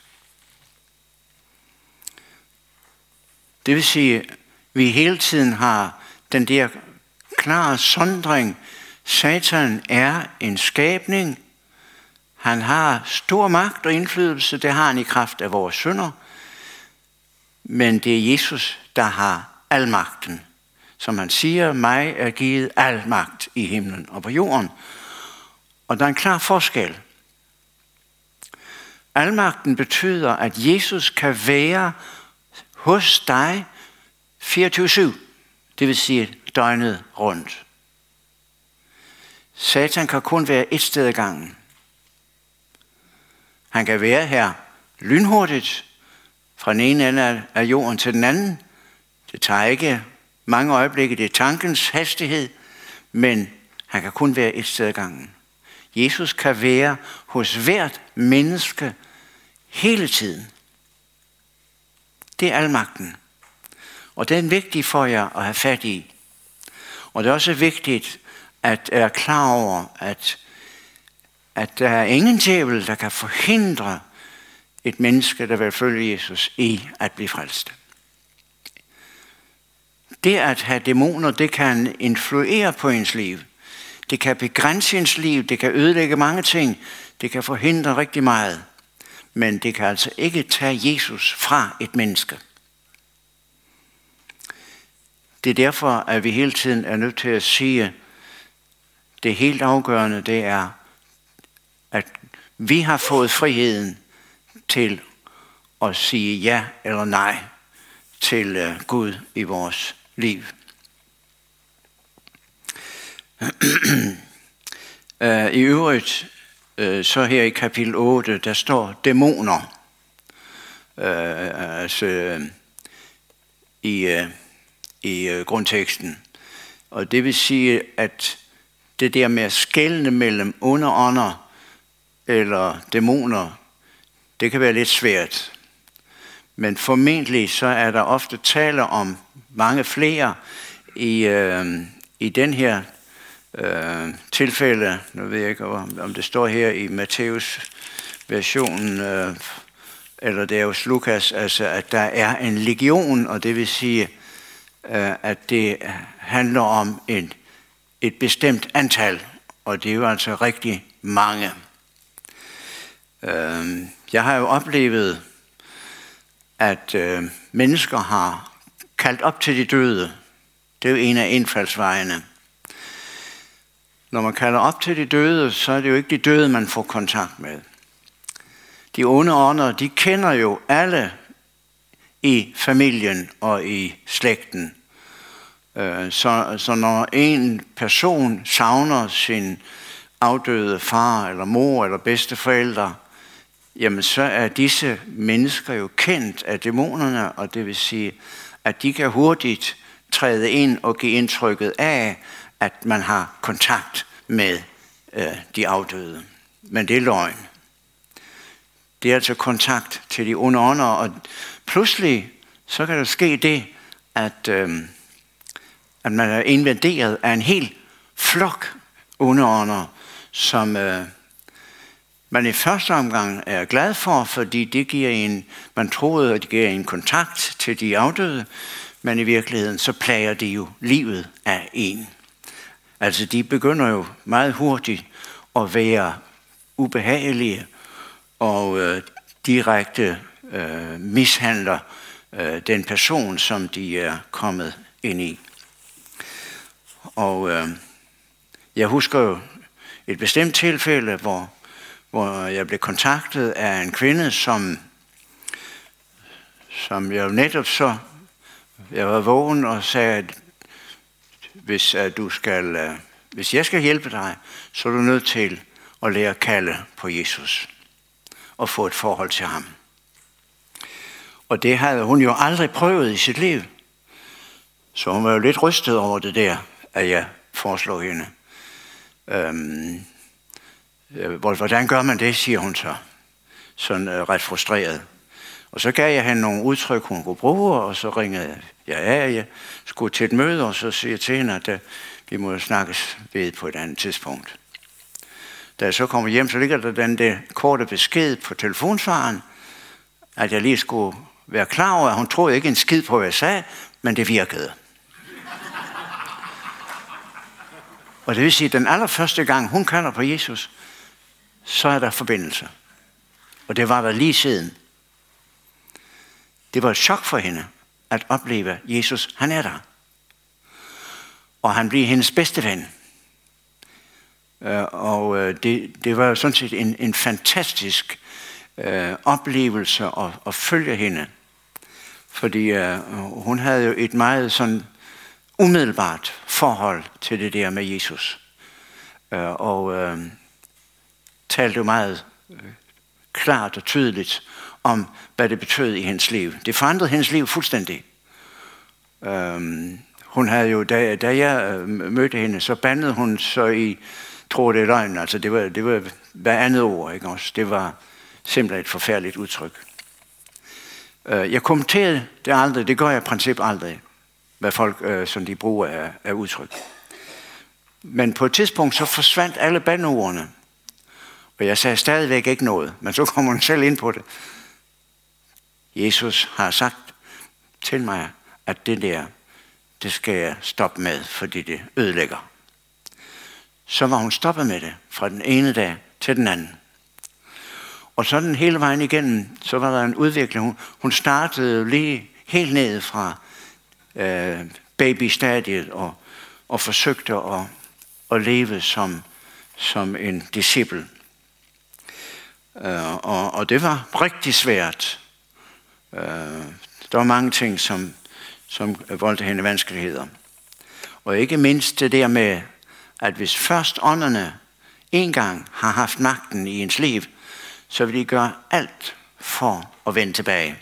Det vil sige, at vi hele tiden har den der klare sondring. Satan er en skabning. Han har stor magt og indflydelse. Det har han i kraft af vores synder. Men det er Jesus, der har al magten. Som han siger, mig er givet al magt i himlen og på jorden. Og der er en klar forskel. Almagten betyder, at Jesus kan være hos dig fireogtyve syv, det vil sige døgnet rundt. Satan kan kun være et sted ad gangen. Han kan være her lynhurtigt fra den ene ende af jorden til den anden. Det tager ikke mange øjeblikke, det er tankens hastighed, men han kan kun være et sted ad gangen. Jesus kan være hos hvert menneske hele tiden. Det er almagten. Og det er vigtigt for jer at have fat i. Og det er også vigtigt at være klar over, at, at der er ingen djævel, der kan forhindre et menneske, der vil følge Jesus, i at blive frelst. det at have dæmoner, det kan influere på ens liv. Det kan begrænse ens liv, det kan ødelægge mange ting, det kan forhindre rigtig meget. Men det kan altså ikke tage Jesus fra et menneske. Det er derfor, at vi hele tiden er nødt til at sige, det helt afgørende, det er, at vi har fået friheden til at sige ja eller nej til Gud i vores liv. I øvrigt, så her i kapitel otte, der står dæmoner. Altså i, i grundteksten. Og det vil sige, at det der med at skelne mellem onde ånder eller dæmoner, det kan være lidt svært. Men formentlig så er der ofte tale om mange flere i, øh, i den her øh, tilfælde. Nu ved jeg ikke, om det står her i Matteus versionen, øh, eller det er hos Lukas, altså at der er en legion, og det vil sige, øh, at det handler om en, et bestemt antal, og det er jo altså rigtig mange. Øh, jeg har jo oplevet, at øh, mennesker har kaldt op til de døde. Det er jo en af indfaldsvejene. Når man kalder op til de døde, så er det jo ikke de døde, man får kontakt med. De onde ånder, de kender jo alle i familien og i slægten. Øh, så, så når en person savner sin afdøde far eller mor eller bedsteforældre, jamen så er disse mennesker jo kendt af dæmonerne, og det vil sige, at de kan hurtigt træde ind og give indtrykket af, at man har kontakt med øh, de afdøde. Men det er løgn. Det er altså kontakt til de onde ånder, og pludselig så kan der ske det, at, øh, at man er invaderet af en hel flok onde ånder, som øh, man i første omgang er glad for, fordi det giver en, man troede, at det giver en kontakt til de afdøde, men i virkeligheden så plager de jo livet af en. Altså de begynder jo meget hurtigt at være ubehagelige og øh, direkte øh, mishandler øh, den person, som de er kommet ind i. Og øh, jeg husker jo et bestemt tilfælde, hvor hvor jeg blev kontaktet af en kvinde, som, som jeg netop så, jeg var vågen og sagde, at hvis, at du skal, hvis jeg skal hjælpe dig, så er du nødt til at lære at kalde på Jesus og få et forhold til ham. Og det havde hun jo aldrig prøvet i sit liv. Så hun var jo lidt rystet over det der, at jeg foreslog hende. Øhm, Hvordan gør man det, siger hun så, sådan øh, ret frustreret. Og så gav jeg hende nogle udtryk, hun kunne bruge, og så ringede jeg af, jeg skulle til et møde, og så siger jeg til hende, at øh, vi må snakkes ved på et andet tidspunkt. Da jeg så kommer hjem, så ligger der den der korte besked på telefonsvaren, at jeg lige skulle være klar over, at hun troede ikke en skid på, hvad jeg sagde, men det virkede. Og det vil sige, at den allerførste gang, hun kalder på Jesus, så er der forbindelse. Og det var der lige siden. Det var et chok for hende, at opleve, at Jesus, han er der. Og han bliver hendes bedste ven. Og det, det var sådan set en, en fantastisk øh, oplevelse at, at følge hende. Fordi øh, hun havde jo et meget sådan umiddelbart forhold til det der med Jesus. Øh, og øh, talte jo meget øh, klart og tydeligt om, hvad det betød i hendes liv. Det forandrede hendes liv fuldstændig. Øh, hun havde jo, da, da jeg mødte hende, så bandede hun så i, tror det er løgn, altså det var, det var hver andet ord, ikke også? Det var simpelthen et forfærdeligt udtryk. Øh, jeg kommenterede det aldrig, det gør jeg i princip aldrig, hvad folk, øh, som de bruger af, af udtryk. Men på et tidspunkt, så forsvandt alle bandeordene. Og jeg sagde stadigvæk ikke noget, men så kommer hun selv ind på det. Jesus har sagt til mig, at det der, det skal jeg stoppe med, fordi det ødelægger. Så var hun stoppet med det fra den ene dag til den anden. Og sådan hele vejen igennem, så var der en udvikling. Hun, hun startede lige helt ned fra øh, babystadiet og, og forsøgte at, at leve som, som en disciple. Uh, og, og det var rigtig svært. Uh, der var mange ting, som, som voldte hende vanskeligheder. Og ikke mindst det der med, at hvis først ånderne en gang har haft magten i ens liv, så vil de gøre alt for at vende tilbage.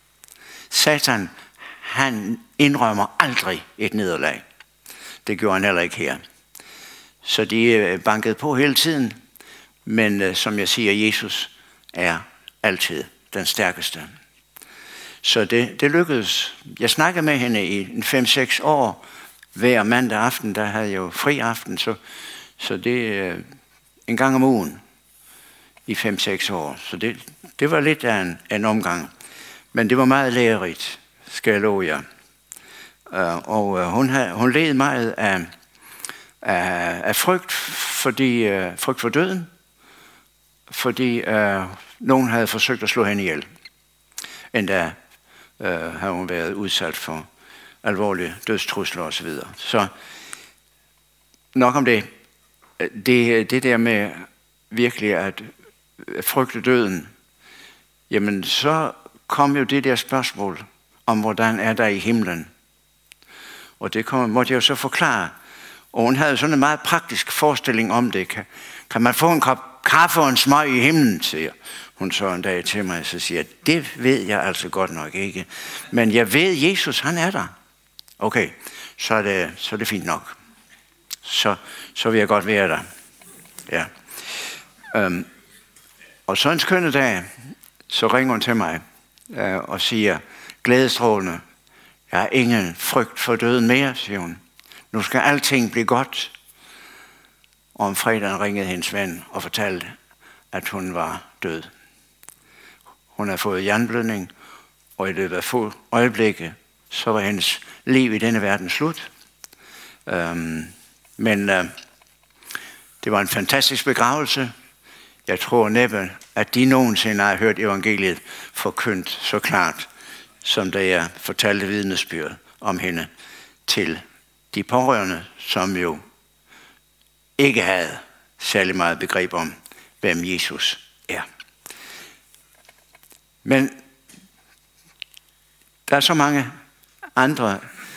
Satan, han indrømmer aldrig et nederlag. Det gjorde han heller ikke her. Så de bankede på hele tiden. Men som jeg siger, Jesus er altid den stærkeste. Så det, det lykkedes. Jeg snakkede med hende i fem seks år. Hver mandag aften, der havde jeg jo fri aften. Så, så det en gang om ugen i fem seks år. Så det, det var lidt af en, en omgang. Men det var meget lærerigt, skal jeg love jer. Og hun, havde, hun led meget af, af, af frygt, fordi, frygt for døden. Fordi øh, nogen havde forsøgt at slå hende ihjel. Endda øh, havde hun været udsat for alvorlige dødstrusler osv. Så nok om det. det. Det der med virkelig at frygte døden, jamen så kom jo det der spørgsmål om, hvordan er der i himlen. Og det kom, måtte jeg jo så forklare. Og hun havde sådan en meget praktisk forestilling om det. Kan, kan man få en kop kaffe og en smøg i himlen, siger hun så en dag til mig, så siger jeg, det ved jeg altså godt nok ikke. Men jeg ved, Jesus, han er der. Okay, så er det, så er det fint nok. Så, så vil jeg godt være der. Ja. Øhm, og så en skønne dag, så ringer hun til mig øh, og siger, glædestrålende, jeg har ingen frygt for døden mere, siger hun. Nu skal alting blive godt. Og om fredagen ringede hendes ven og fortalte, at hun var død. Hun havde fået hjerneblødning, og i løbet af få øjeblikke, så var hendes liv i denne verden slut. Øhm, men øh, det var en fantastisk begravelse. Jeg tror næppe, at de nogensinde har hørt evangeliet forkyndt så klart, som da jeg fortalte vidnesbyrd om hende til de pårørende, som jo ikke havde særlig meget begreb om, hvem Jesus er. Men der er så mange andre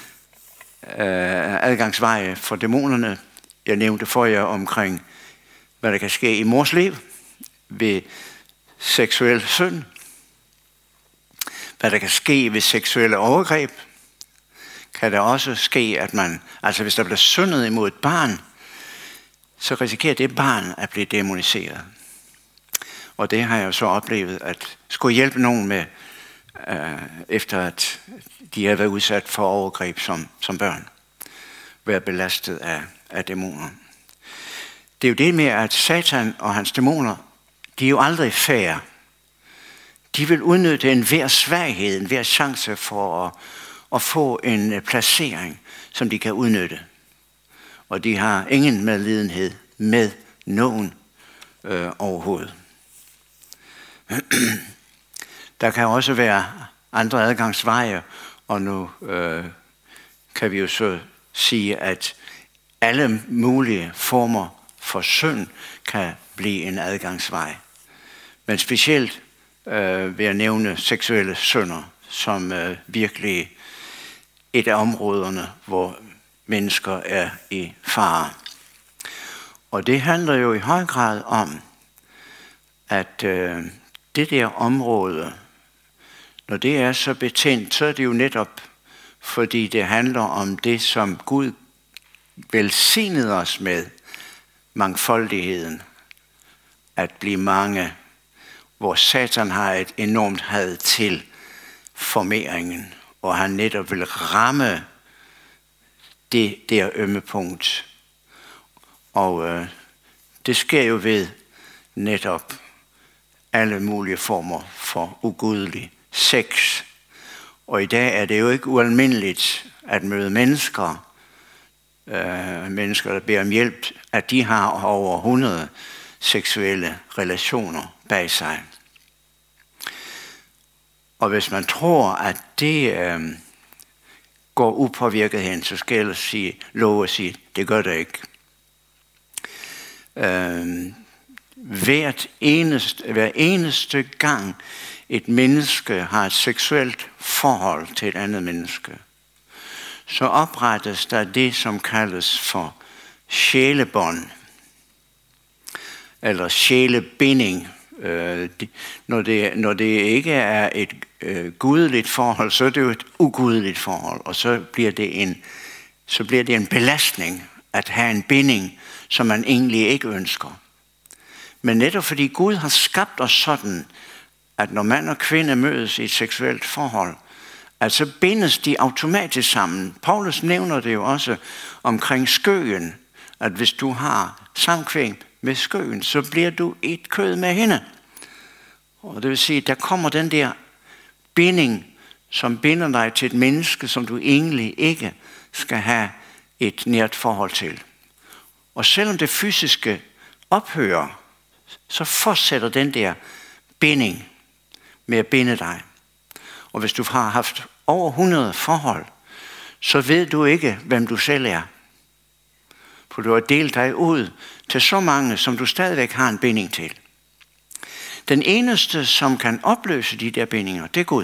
øh, adgangsveje for dæmonerne. Jeg nævnte for jer omkring, hvad der kan ske i mors liv ved seksuel synd. Hvad der kan ske ved seksuelle overgreb. Kan der også ske, at man, altså hvis der bliver syndet imod et barn, så risikerer det barn at blive dæmoniseret. Og det har jeg jo så oplevet, at skulle hjælpe nogen med, øh, efter at de har været udsat for overgreb som, som børn. Være belastet af, af dæmoner. Det er jo det med, at Satan og hans dæmoner, de er jo aldrig fair. De vil udnytte enhver svaghed, enhver chance for at, at få en placering, som de kan udnytte. Og de har ingen medlidenhed med nogen øh, overhovedet. Der kan også være andre adgangsveje, og nu øh, kan vi jo så sige, at alle mulige former for synd kan blive en adgangsvej. Men specielt øh, vil jeg nævne seksuelle synder, som øh, virkelig et af områderne, hvor mennesker er i fare. Og det handler jo i høj grad om, at øh, det der område, når det er så betændt, så er det jo netop, fordi det handler om det, som Gud velsignede os med, mangfoldigheden, at blive mange, hvor Satan har et enormt had til formeringen, og han netop vil ramme det der ømme punkt. Og øh, det sker jo ved netop alle mulige former for ugudelig sex. Og i dag er det jo ikke ualmindeligt, at møde mennesker, øh, mennesker, der beder om hjælp, at de har over hundrede seksuelle relationer bag sig. Og hvis man tror, at det øh, går upåvirket hen, så skal jeg sige, love at sige, det gør det ikke. Øh, hvert eneste, hver eneste gang et menneske har et seksuelt forhold til et andet menneske, så oprettes der det, som kaldes for sjælebånd, eller sjælebinding. Øh, når, det, når det ikke er et øh, gudeligt forhold, så er det jo et ugudeligt forhold, og så bliver det en, så bliver det en belastning at have en binding, som man egentlig ikke ønsker. Men netop fordi Gud har skabt os sådan, at når mand og kvinde mødes i et seksuelt forhold, at så bindes de automatisk sammen. Paulus nævner det jo også omkring skøen, at hvis du har samkvem med skøen, så bliver du et kød med hende. Og det vil sige, at der kommer den der binding, som binder dig til et menneske, som du egentlig ikke skal have et nært forhold til. Og selvom det fysiske ophører, så fortsætter den der binding med at binde dig. Og hvis du har haft over hundrede forhold, så ved du ikke, hvem du selv er. For du har delt dig ud til så mange, som du stadigvæk har en binding til. Den eneste, som kan opløse de der bindinger, det er Gud.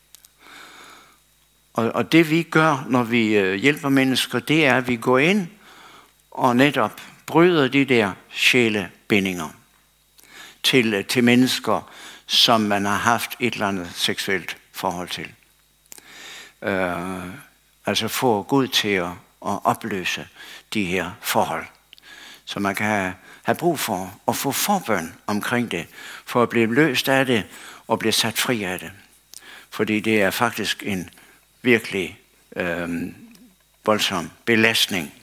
Og, og det vi gør, når vi hjælper mennesker, det er, at vi går ind og netop bryder de der sjælebindinger til, til mennesker, som man har haft et eller andet seksuelt forhold til. Øh, altså få Gud til at, at opløse de her forhold. Så man kan have, have brug for at få forbøn omkring det, for at blive løst af det og blive sat fri af det. Fordi det er faktisk en virkelig øh, voldsom belastning.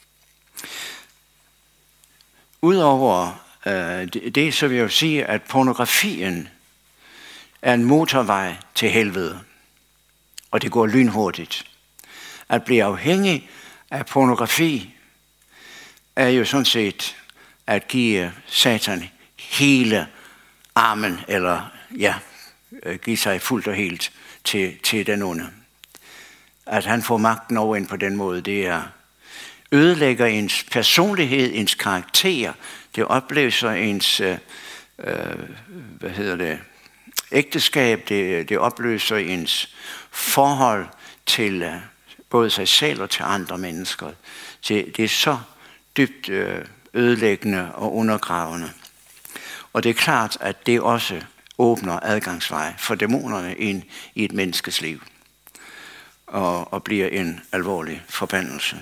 Udover øh, det, det, så vil jeg jo sige, at pornografien er en motorvej til helvede. Og det går lynhurtigt. At blive afhængig af pornografi er jo sådan set at give Satan hele armen, eller ja, give sig fuldt og helt til, til den onde. At han får magten over en på den måde, det er ødelægger ens personlighed, ens karakter, det opløser ens øh, hvad hedder det, ægteskab, det, det opløser ens forhold til øh, både sig selv og til andre mennesker. Det, det er så dybt øh, ødelæggende og undergravende. Og det er klart, at det også åbner adgangsvej for dæmonerne ind i et menneskes liv. Og, og bliver en alvorlig forbandelse.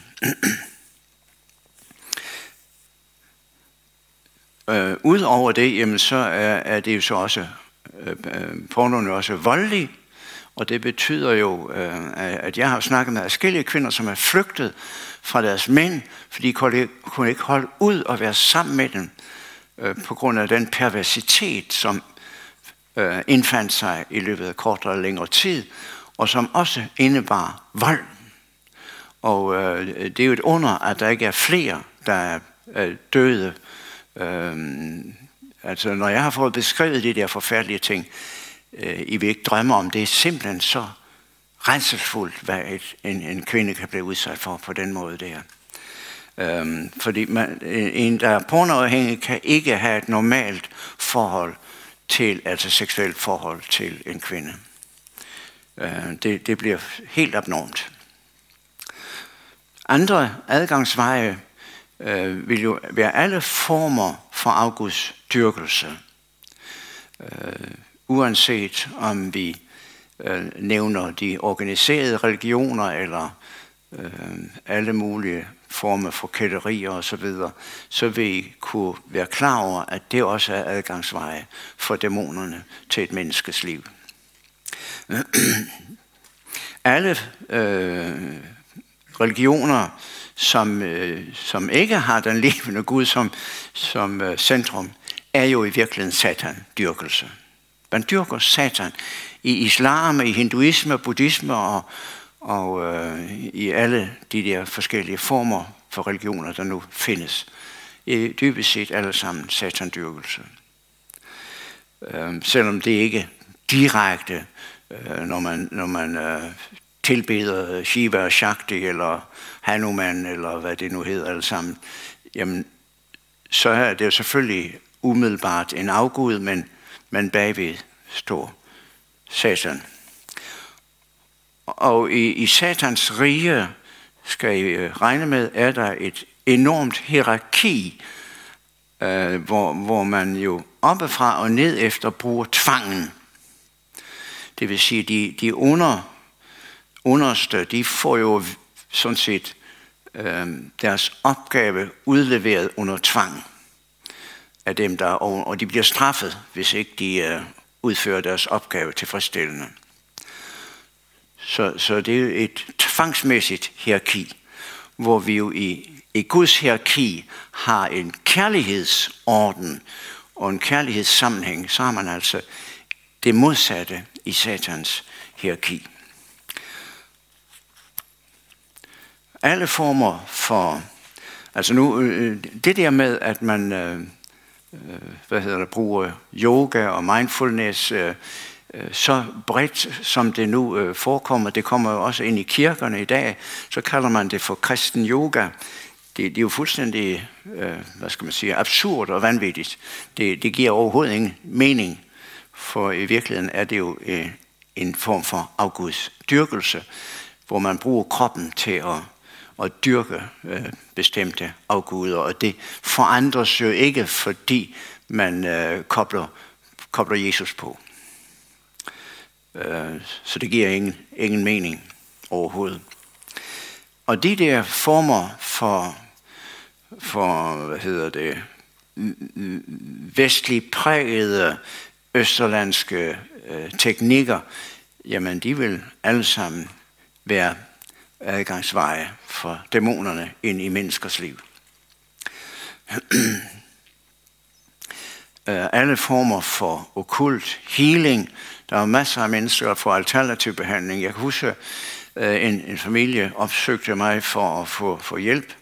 øh, Udover det, jamen, så er, er det jo så også, øh, pornoen er også voldelig. Og det betyder jo, øh, at jeg har snakket med adskillige kvinder, som er flygtet fra deres mænd, fordi de kunne, kunne ikke holde ud og være sammen med dem, øh, på grund af den perversitet, som øh, indfandt sig i løbet af kortere eller længere tid, og som også indebar vold. Og øh, det er jo et under, at der ikke er flere, der er øh, døde. Øh, altså, når jeg har fået beskrevet de der forfærdelige ting, øh, I vil ikke drømme om, det er simpelthen så rædselsfuldt, hvad et, en, en kvinde kan blive udsat for på den måde der. Øh, fordi man, en, der er pornoafhængig, kan ikke have et normalt forhold til, altså seksuelt forhold til en kvinde. Det, det bliver helt abnormt. Andre adgangsveje øh, vil jo være alle former for afgudsdyrkelse. Øh, uanset om vi øh, nævner de organiserede religioner eller øh, alle mulige former for kætterier osv., så vil I kunne være klar over, at det også er adgangsveje for dæmonerne til et menneskes liv. Alle øh, religioner, som, øh, som ikke har den levende Gud som, som øh, centrum, er jo i virkeligheden satan-dyrkelse. Man dyrker satan i islam, i hinduisme, buddhisme og, og øh, i alle de der forskellige former for religioner, der nu findes. I dybest set alle sammen satandyrkelse. Øh, selvom det ikke direkte, øh, når man, når man øh, tilbeder Shiva og Shakti, eller Hanuman, eller hvad det nu hedder alle sammen, jamen, så er det jo selvfølgelig umiddelbart en afgud, men, men bagved står Satan. Og i, i Satans rige, skal I regne med, er der et enormt hierarki, øh, hvor, hvor man jo oppefra og ned efter bruger tvangen. Det vil sige, de, de under, underste, de får jo sådan set øh, deres opgave udleveret under tvang af dem, der og, og de bliver straffet, hvis ikke de øh, udfører deres opgave tilfredsstillende. Så, så det er et tvangsmæssigt hierarki, hvor vi jo i, i Guds hierarki har en kærlighedsorden og en kærlighedssammenhæng. Så har man altså det modsatte i Satans hierarki. Alle former for, altså nu, det der med, at man hvad hedder det, bruger yoga og mindfulness, så bredt som det nu forekommer, det kommer jo også ind i kirkerne i dag, så kalder man det for kristen yoga. Det, det er jo fuldstændig, hvad skal man sige, absurd og vanvittigt. Det, det giver overhovedet ingen mening, for i virkeligheden er det jo en form for afgudsdyrkelse, hvor man bruger kroppen til at, at dyrke bestemte afguder, og det forandres jo ikke, fordi man kobler, kobler Jesus på. Så det giver ingen, ingen mening overhovedet. Og de der former for, for hvad hedder det, vestligt prægede østerlandske øh, teknikker, jamen de vil alle sammen være adgangsveje for dæmonerne ind i menneskers liv. Alle former for okkult healing. Der er masser af mennesker, der får alternativ behandling. Jeg kan huske, en, en familie opsøgte mig for at få, få hjælp.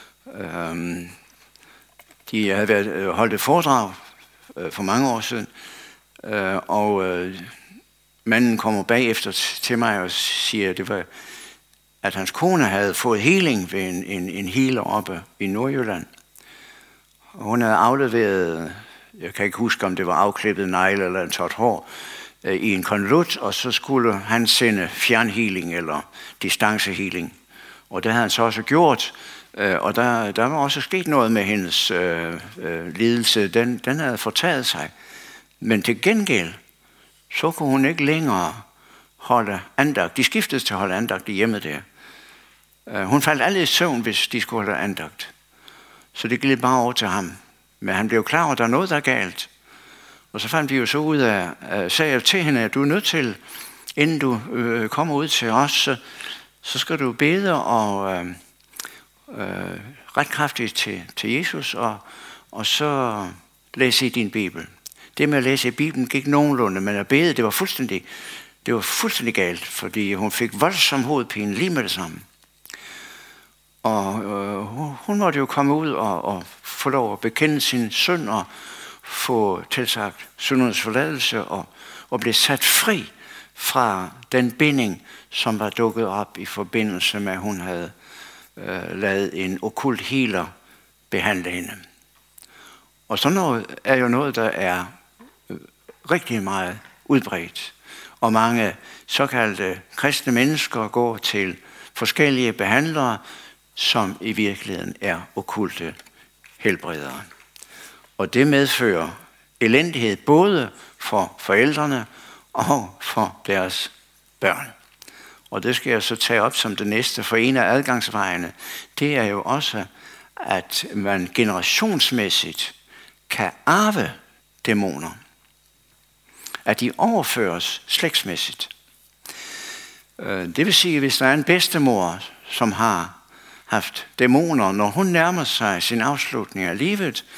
De havde været, holdt et foredrag for mange år siden, og manden kommer bagefter til mig og siger, at det var, at hans kone havde fået healing ved en, en, en healer oppe i Nordjylland. Og hun havde afleveret, jeg kan ikke huske, om det var afklippet negle eller en tot hår, i en konvolut, og så skulle han sende fjernhealing eller distancehealing. Og det havde han så også gjort, og der, der var også sket noget med hendes øh, øh, lidelse. Den, den havde fortaget sig. Men til gengæld, så kunne hun ikke længere holde andagt. De skiftede til at holde andagt i hjemmet der. Øh, hun faldt aldrig i søvn, hvis de skulle holde andagt. Så det gled bare over til ham. Men han blev klar over, at der er noget, der er galt. Og så fandt vi jo så ud af, uh, sagde jeg til hende, at du er nødt til, inden du øh, kommer ud til os, så, så skal du bede og øh, øh, ret kraftigt til, til Jesus, og, og så læse i din Bibel. Det med at læse i Bibelen gik nogenlunde, men at bede, det var fuldstændig, det var fuldstændig galt, fordi hun fik voldsom hovedpine lige med det samme. Og øh, hun måtte jo komme ud og, og få lov at bekende sin synd og få tilsagt syndernes forladelse og, og blive sat fri fra den binding, som var dukket op i forbindelse med, at hun havde øh, lavet en okkult healer behandle hende. Og sådan noget er jo noget, der er øh, rigtig meget udbredt. Og mange såkaldte kristne mennesker går til forskellige behandlere, som i virkeligheden er okkulte helbredere. Og det medfører elendighed både for forældrene og for deres børn. Og det skal jeg så tage op som det næste, for en af adgangsvejene, det er jo også, at man generationsmæssigt kan arve dæmoner. At de overføres slægtsmæssigt. Det vil sige, hvis der er en bedstemor, som har haft dæmoner, når hun nærmer sig sin afslutning af livet,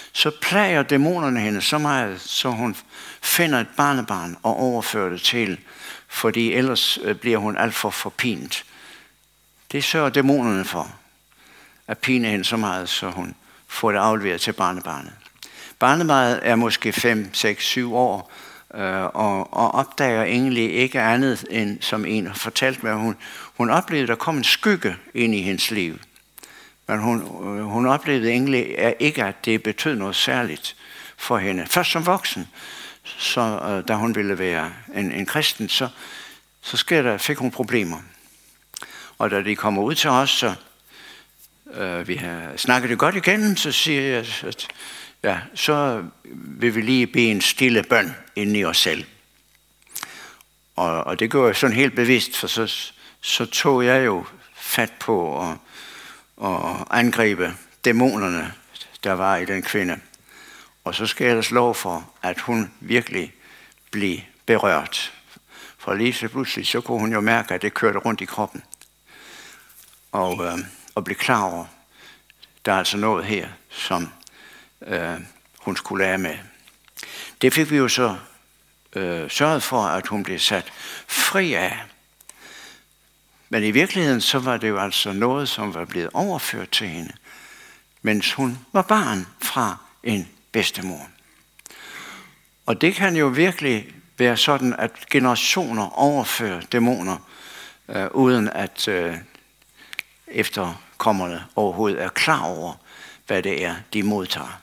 så plager dæmonerne hende så meget, så hun finder et barnebarn og overfører det til, fordi ellers bliver hun alt for forpint. Det sørger dæmonerne for, at pine hende så meget, så hun får det afleveret til barnebarnet. Barnebarnet er måske fem, seks, syv år, øh, og, og opdager egentlig ikke andet end, som en har fortalt mig, hun, hun oplevede, at der kom en skygge ind i hendes liv. Men hun, hun oplevede egentlig ikke, at det betød noget særligt for hende. Først som voksen, så, da hun ville være en, en kristen, så, så sker der, fik hun problemer. Og da de kommer ud til os, så øh, vi har snakket det godt igennem, så siger jeg, at ja, så vil vi lige bede en stille bøn inde i os selv. Og, og det gjorde jeg sådan helt bevidst, for så, så tog jeg jo fat på at, at angribe dæmonerne, der var i den kvinde. Og så skal jeg ellers lov for, at hun virkelig blev berørt. For lige så pludselig, så kunne hun jo mærke, at det kørte rundt i kroppen. Og, øh, og blev klar over, der er altså noget her, som øh, hun skulle lære med. Det fik vi jo så øh, sørget for, at hun blev sat fri af. Men i virkeligheden, så var det jo altså noget, som var blevet overført til hende, mens hun var barn fra en bedstemor. Og det kan jo virkelig være sådan, at generationer overfører dæmoner, øh, uden at øh, efterkommerne overhovedet er klar over, hvad det er, de modtager.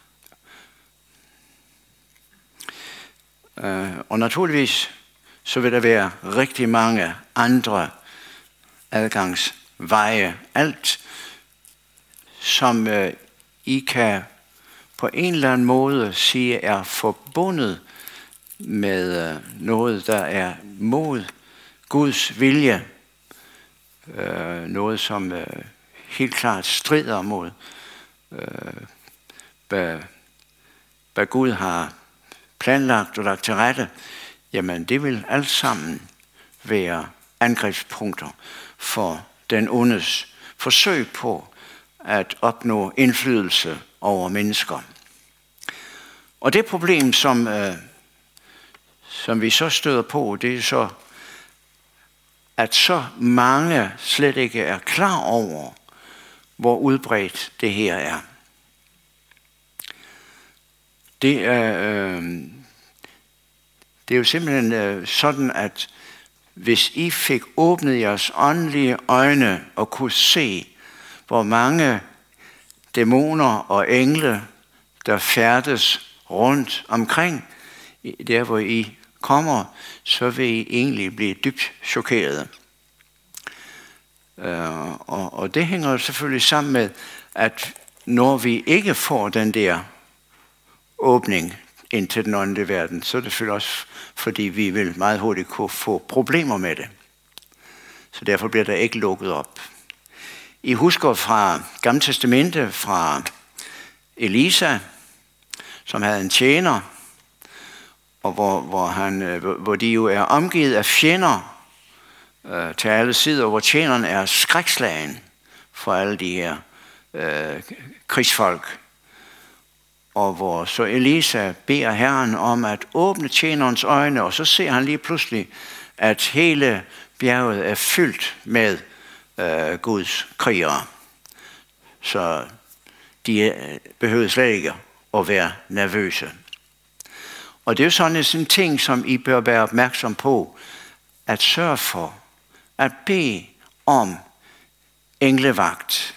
Øh, og naturligvis, så vil der være rigtig mange andre adgangsveje. Alt, som øh, I kan på en eller anden måde sige er forbundet med øh, noget, der er mod Guds vilje. Øh, noget, som øh, helt klart strider mod, øh, hvad, hvad Gud har planlagt og lagt til rette. Jamen, det vil alt sammen være angrebspunkter for den ondes forsøg på at opnå indflydelse over mennesker. Og det problem, som, øh, som vi så støder på, det er så, at så mange slet ikke er klar over, hvor udbredt det her er. Det er, øh, det er jo simpelthen øh, sådan, at hvis I fik åbnet jeres åndelige øjne og kunne se, hvor mange dæmoner og engle, der færdes rundt omkring, der hvor I kommer, så vil I egentlig blive dybt chokeret. Og, og det hænger selvfølgelig sammen med, at når vi ikke får den der åbning ind til den åndelige verden, så er det selvfølgelig også, fordi vi vil meget hurtigt kunne få problemer med det. Så derfor bliver der ikke lukket op. I husker fra Gamle Testamente, fra Elisa, som havde en tjener, og hvor, hvor, han, hvor de jo er omgivet af fjender øh, til alle sider, hvor tjeneren er skrækslagen for alle de her øh, krigsfolk. Og hvor så Elisa beder Herren om at åbne tjenerens øjne, og så ser han lige pludselig, at hele bjerget er fyldt med øh, Guds krigere. Så de behøver slet ikke at være nervøse. Og det er jo sådan en ting, som I bør være opmærksom på, at sørge for, at bede om englevagt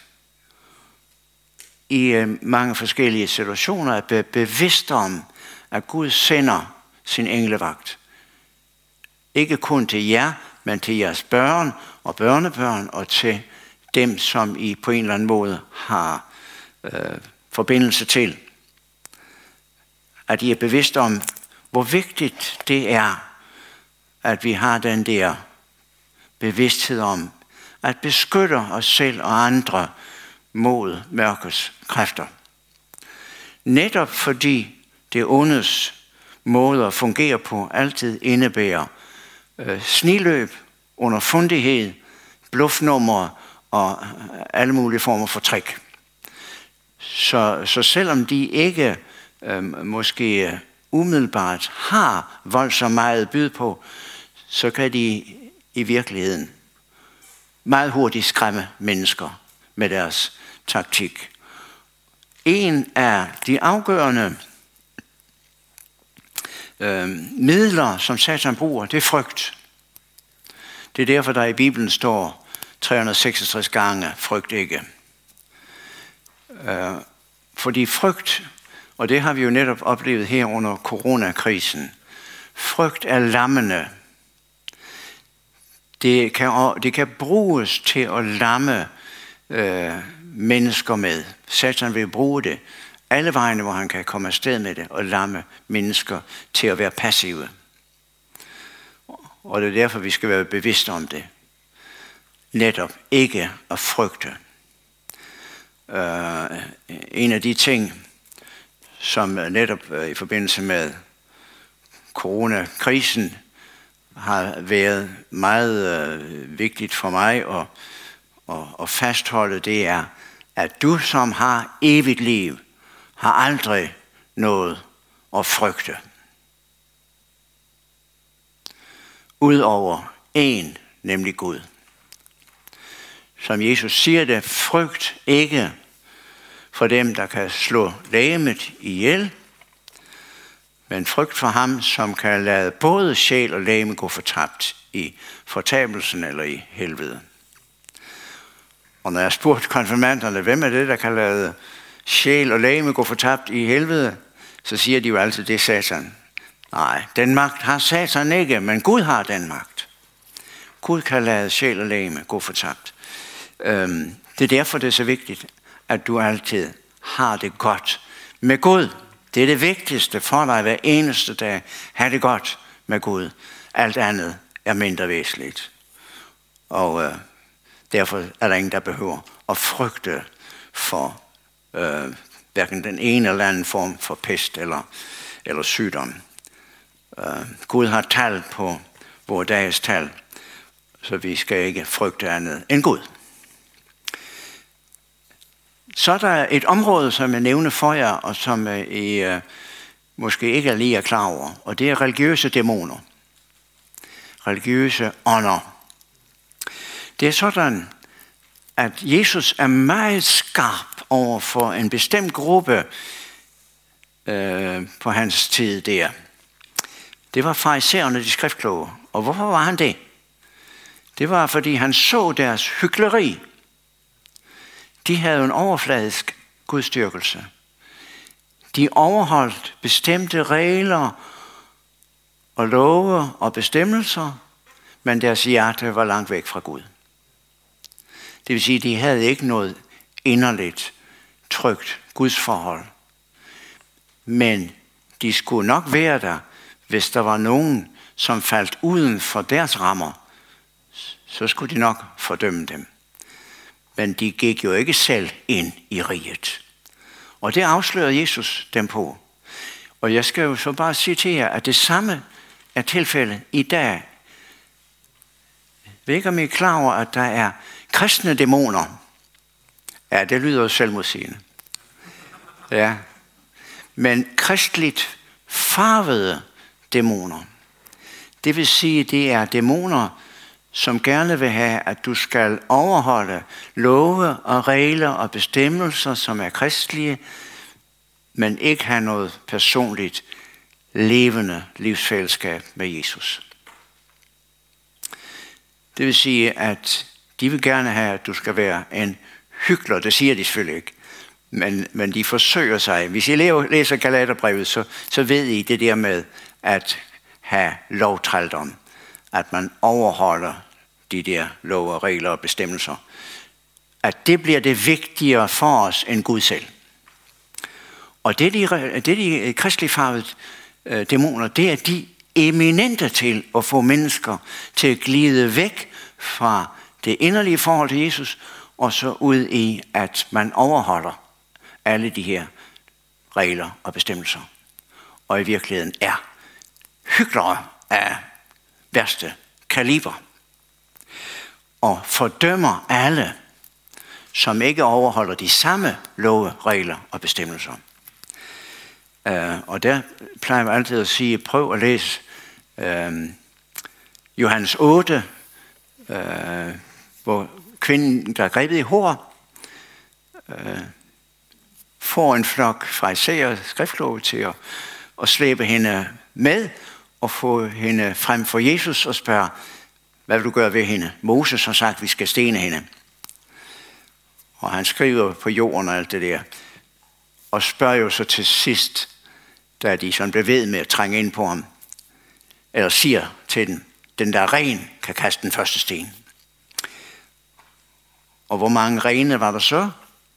i mange forskellige situationer, at være bevidst om, at Gud sender sin englevagt. Ikke kun til jer, men til jeres børn og børnebørn, og til dem, som I på en eller anden måde har øh, forbindelse til. At I er bevidst om, hvor vigtigt det er, at vi har den der bevidsthed om, at beskytte os selv og andre mod mørkets kræfter. Netop fordi det ondes måde at fungere på altid indebærer øh, sniløb, underfundighed, bluffnumre og alle mulige former for trick. Så, så selvom de ikke øh, måske umiddelbart har voldsomt meget at byde på, så kan de i virkeligheden meget hurtigt skræmme mennesker med deres taktik. En af de afgørende øh, midler, som Satan bruger, det er frygt. Det er derfor, der i Bibelen står tre hundrede og seksogtres gange, frygt ikke. Øh, fordi frygt, og det har vi jo netop oplevet her under coronakrisen, frygt er lammende. Det kan, det kan bruges til at lamme øh, mennesker med. Satan vil bruge det alle vegne, hvor han kan komme afsted med det, og lamme mennesker til at være passive. Og det er derfor, vi skal være bevidste om det. Netop ikke at frygte. Uh, en af de ting, som netop uh, i forbindelse med coronakrisen har været meget uh, vigtigt for mig at, at, at fastholde, det er, at du som har evigt liv, har aldrig noget at frygte. Udover en, nemlig Gud. Som Jesus siger det, frygt ikke for dem, der kan slå legemet ihjel, men frygt for ham, som kan lade både sjæl og legeme gå fortabt i fortabelsen eller i helvede. Og når jeg spurgte konfirmanderne, hvem er det, der kan lade sjæl og legeme gå fortabt i helvede, så siger de jo altid, det er Satan. Nej, den magt har Satan ikke, men Gud har den magt. Gud kan lade sjæl og legeme gå fortabt. Øhm, det er derfor, det er så vigtigt, at du altid har det godt med Gud. Det er det vigtigste for dig hver eneste dag. Ha' det godt med Gud. Alt andet er mindre væsentligt. Og øh, derfor er der ingen, der behøver at frygte for øh, hverken den ene eller anden form for pest eller, eller sygdom. Øh, Gud har tal på vores dages tal, så vi skal ikke frygte andet end Gud. Så er der et område, som jeg nævner for jer, og som I øh, måske ikke er lige er klar over, og det er religiøse dæmoner. Religiøse ånder. Det er sådan, at Jesus er meget skarp over for en bestemt gruppe øh, på hans tid der. Det var farisæerne, de skriftkloge. Og hvorfor var han det? Det var, fordi han så deres hykleri. De havde en overfladisk gudstyrkelse. De overholdt bestemte regler og love og bestemmelser, men deres hjerte var langt væk fra Gud. Det vil sige, at de havde ikke noget inderligt, trygt gudsforhold. Men de skulle nok være der, hvis der var nogen, som faldt uden for deres rammer, så skulle de nok fordømme dem. Men de gik jo ikke selv ind i riget. Og det afslørede Jesus dem på. Og jeg skal jo så bare sige til jer, at det samme er tilfældet i dag. Jeg ved ikke, om I er klar over, at der er kristne dæmoner. Ja, det lyder jo selvmodsigende. Ja. Men kristligt farvede dæmoner. Det vil sige, det er dæmoner, som gerne vil have, at du skal overholde love og regler og bestemmelser, som er kristelige, men ikke have noget personligt levende livsfællesskab med Jesus. Det vil sige, at de vil gerne have, at du skal være en hykler. Det siger de selvfølgelig ikke, men, men de forsøger sig. Hvis I læser Galaterbrevet, så, så ved I det der med at have lovtrældom. At man overholder de der love, regler og bestemmelser. At det bliver det vigtigere for os end Gud selv. Og det de, det de kristeligt farvede øh, dæmoner, det er de eminente til at få mennesker til at glide væk fra det inderlige forhold til Jesus, og så ud i, at man overholder alle de her regler og bestemmelser. Og i virkeligheden er hyklere af værste kaliber. Og fordømmer alle, som ikke overholder de samme love, regler og bestemmelser. Uh, og der plejer man altid at sige, prøv at læse uh, Johannes otte, uh, hvor kvinden, der er grebet i hår, uh, får en flok farisæer, skriftlove til at, at slæbe hende med og få hende frem for Jesus og spørge, hvad vil du gøre ved hende? Moses har sagt, at vi skal stene hende. Og han skriver på jorden og alt det der. Og spørger jo så til sidst, da de sådan blev ved med at trænge ind på ham, eller siger til den, den der er ren, kan kaste den første sten. Og hvor mange rene var der så?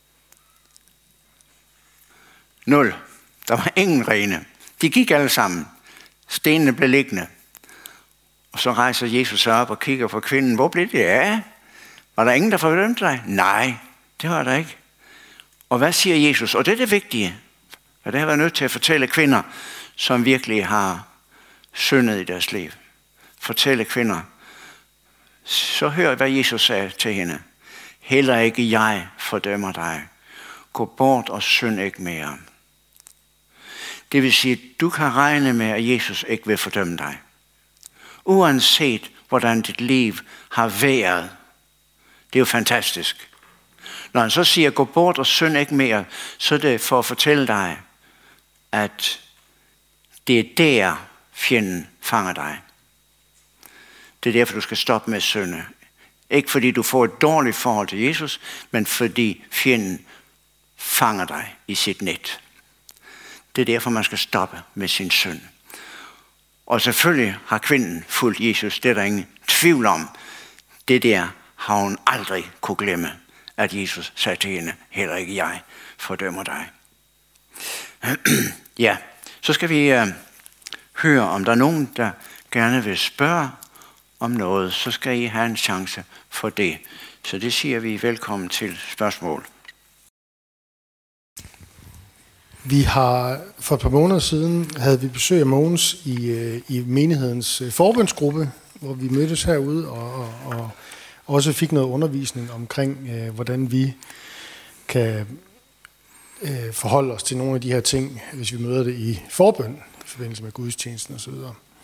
Nul. Der var ingen rene. De gik alle sammen. Stenene blev liggende. Og så rejser Jesus sig op og kigger på kvinden. Hvor blev det af? Var der ingen, der fordømte dig? Nej, det var der ikke. Og hvad siger Jesus? Og det er det vigtige. Og det har været nødt til at fortælle kvinder, som virkelig har syndet i deres liv. Fortælle kvinder. Så hør, hvad Jesus sagde til hende. Heller ikke jeg fordømmer dig. Gå bort og synd ikke mere. Det vil sige, at du kan regne med, at Jesus ikke vil fordømme dig. Uanset hvordan dit liv har været. Det er jo fantastisk. Når han så siger, gå bort og synd ikke mere, så er det for at fortælle dig, at det er der fjenden fanger dig. Det er derfor, du skal stoppe med at synde. Ikke fordi du får et dårligt forhold til Jesus, men fordi fjenden fanger dig i sit net. Det er derfor, man skal stoppe med sin synd. Og selvfølgelig har kvinden fulgt Jesus, det er der ingen tvivl om. Det der har hun aldrig kunne glemme, at Jesus sagde til hende, heller ikke jeg fordømmer dig. Ja, så skal vi uh, høre, om der er nogen, der gerne vil spørge om noget, så skal I have en chance for det. Så det siger vi velkommen til spørgsmål. Vi har for et par måneder siden havde vi besøg af Mogens i, i menighedens forbundsgruppe, hvor vi mødtes herude og, og, og også fik noget undervisning omkring, øh, hvordan vi kan øh, forholde os til nogle af de her ting, hvis vi møder det i forbøn i forbindelse med gudstjenesten osv.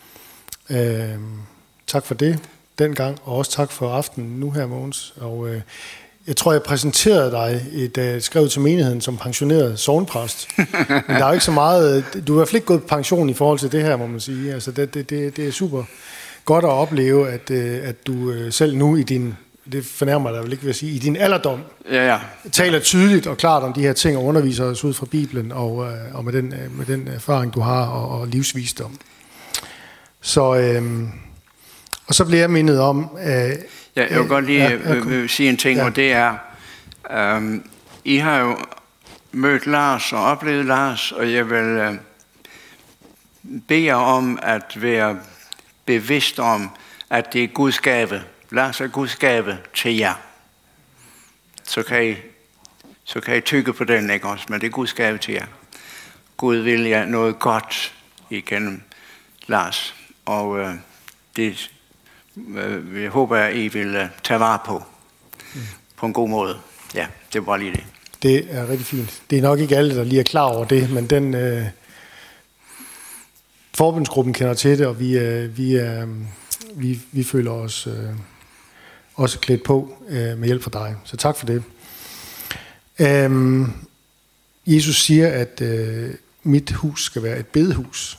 Øh, tak for det dengang, og også tak for aftenen nu her, Mogens. Og øh, jeg tror, jeg præsenterede dig, da jeg skrev til menigheden som pensioneret sognepræst. Men der er jo ikke så meget. Du er i hvert fald ikke gået på pension i forhold til det her, må man sige. Altså, det, det, det, det er super godt at opleve, at, at du selv nu i din, det fornærmer dig vel ikke ved at sige, i din alderdom, ja, ja. taler tydeligt og klart om de her ting og underviser os ud fra Bibelen og, og med, den, med den erfaring, du har og, og livsvisdom. Så, øhm, og så bliver jeg mindet om... Øh, Ja, jeg vil godt lige ja, ja, sige en ting, ja. Og det er, øhm, I har jo mødt Lars og oplevet Lars, og jeg vil øh, bede jer om at være bevidst om, at det er Guds gave. Lars er Guds gave til jer. Så kan I, så kan I tykke på den, ikke også? Men det er Guds gave til jer. Gud vil jer noget godt igennem Lars, og øh, det jeg håber, at I vil tage vare på. Mm. På en god måde. Ja, det var lige det. Det er rigtig fint. Det er nok ikke alle, der lige er klar over det, men den øh, forbundsgruppen kender til det, og vi, øh, vi, øh, vi, vi føler os øh, også klædt på øh, med hjælp fra dig. Så tak for det. Øh, Jesus siger, at øh, mit hus skal være et bedehus.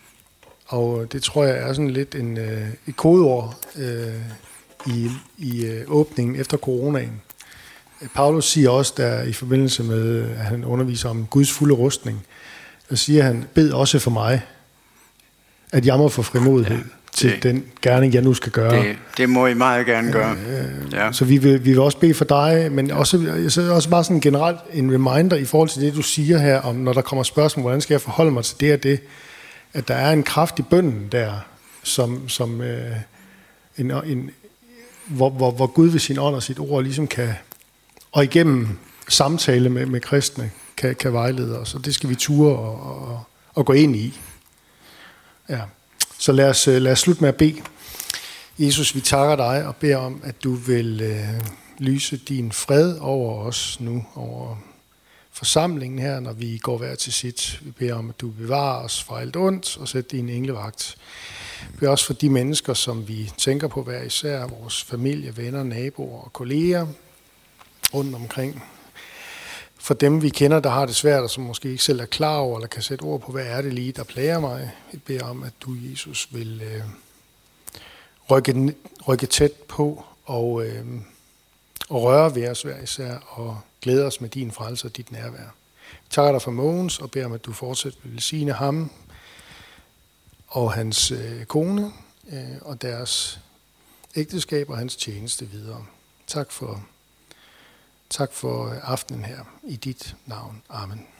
Og det tror jeg er sådan lidt en, øh, et kodeord øh, i, i øh, åbningen efter coronaen. Paulus siger også, der i forbindelse med, at han underviser om Guds fulde rustning, der siger han, bed også for mig, at jeg må få frimodighed ja, til det, den gerning, jeg nu skal gøre. Det, det må I meget gerne gøre. Øh, ja. Så vi vil, vi vil også bede for dig, men også, så også bare sådan generelt en reminder i forhold til det, du siger her, om når der kommer spørgsmål, hvordan skal jeg forholde mig til det og det, at der er en kraft i bønnen der, som, som øh, en, en, hvor, hvor, hvor Gud ved sin ånd og sit ord ligesom kan, og igennem samtale med, med kristne, kan, kan vejlede os, og det skal vi ture og, og, og gå ind i. Ja. Så lad os, lad os slutte med at bede. Jesus, vi takker dig og beder om, at du vil øh, lyse din fred over os nu, over forsamlingen her, når vi går hver til sit. Vi beder om, at du bevarer os fra alt ondt og sætter din englevagt. Vi beder også for de mennesker, som vi tænker på hver især, vores familie, venner, naboer og kolleger rundt omkring. For dem, vi kender, der har det svært, og som måske ikke selv er klar over, eller kan sætte ord på, hvad er det lige, der plager mig. Vi beder om, at du, Jesus, vil øh, rykke, rykke tæt på og, øh, og røre ved os hver især, og glæde os med din frelse og dit nærvær. Vi takker dig for Mogens, og beder om, at du fortsat vil velsigne ham og hans øh, kone, øh, og deres ægteskab og hans tjeneste videre. Tak for Tak for aftenen her i dit navn. Amen.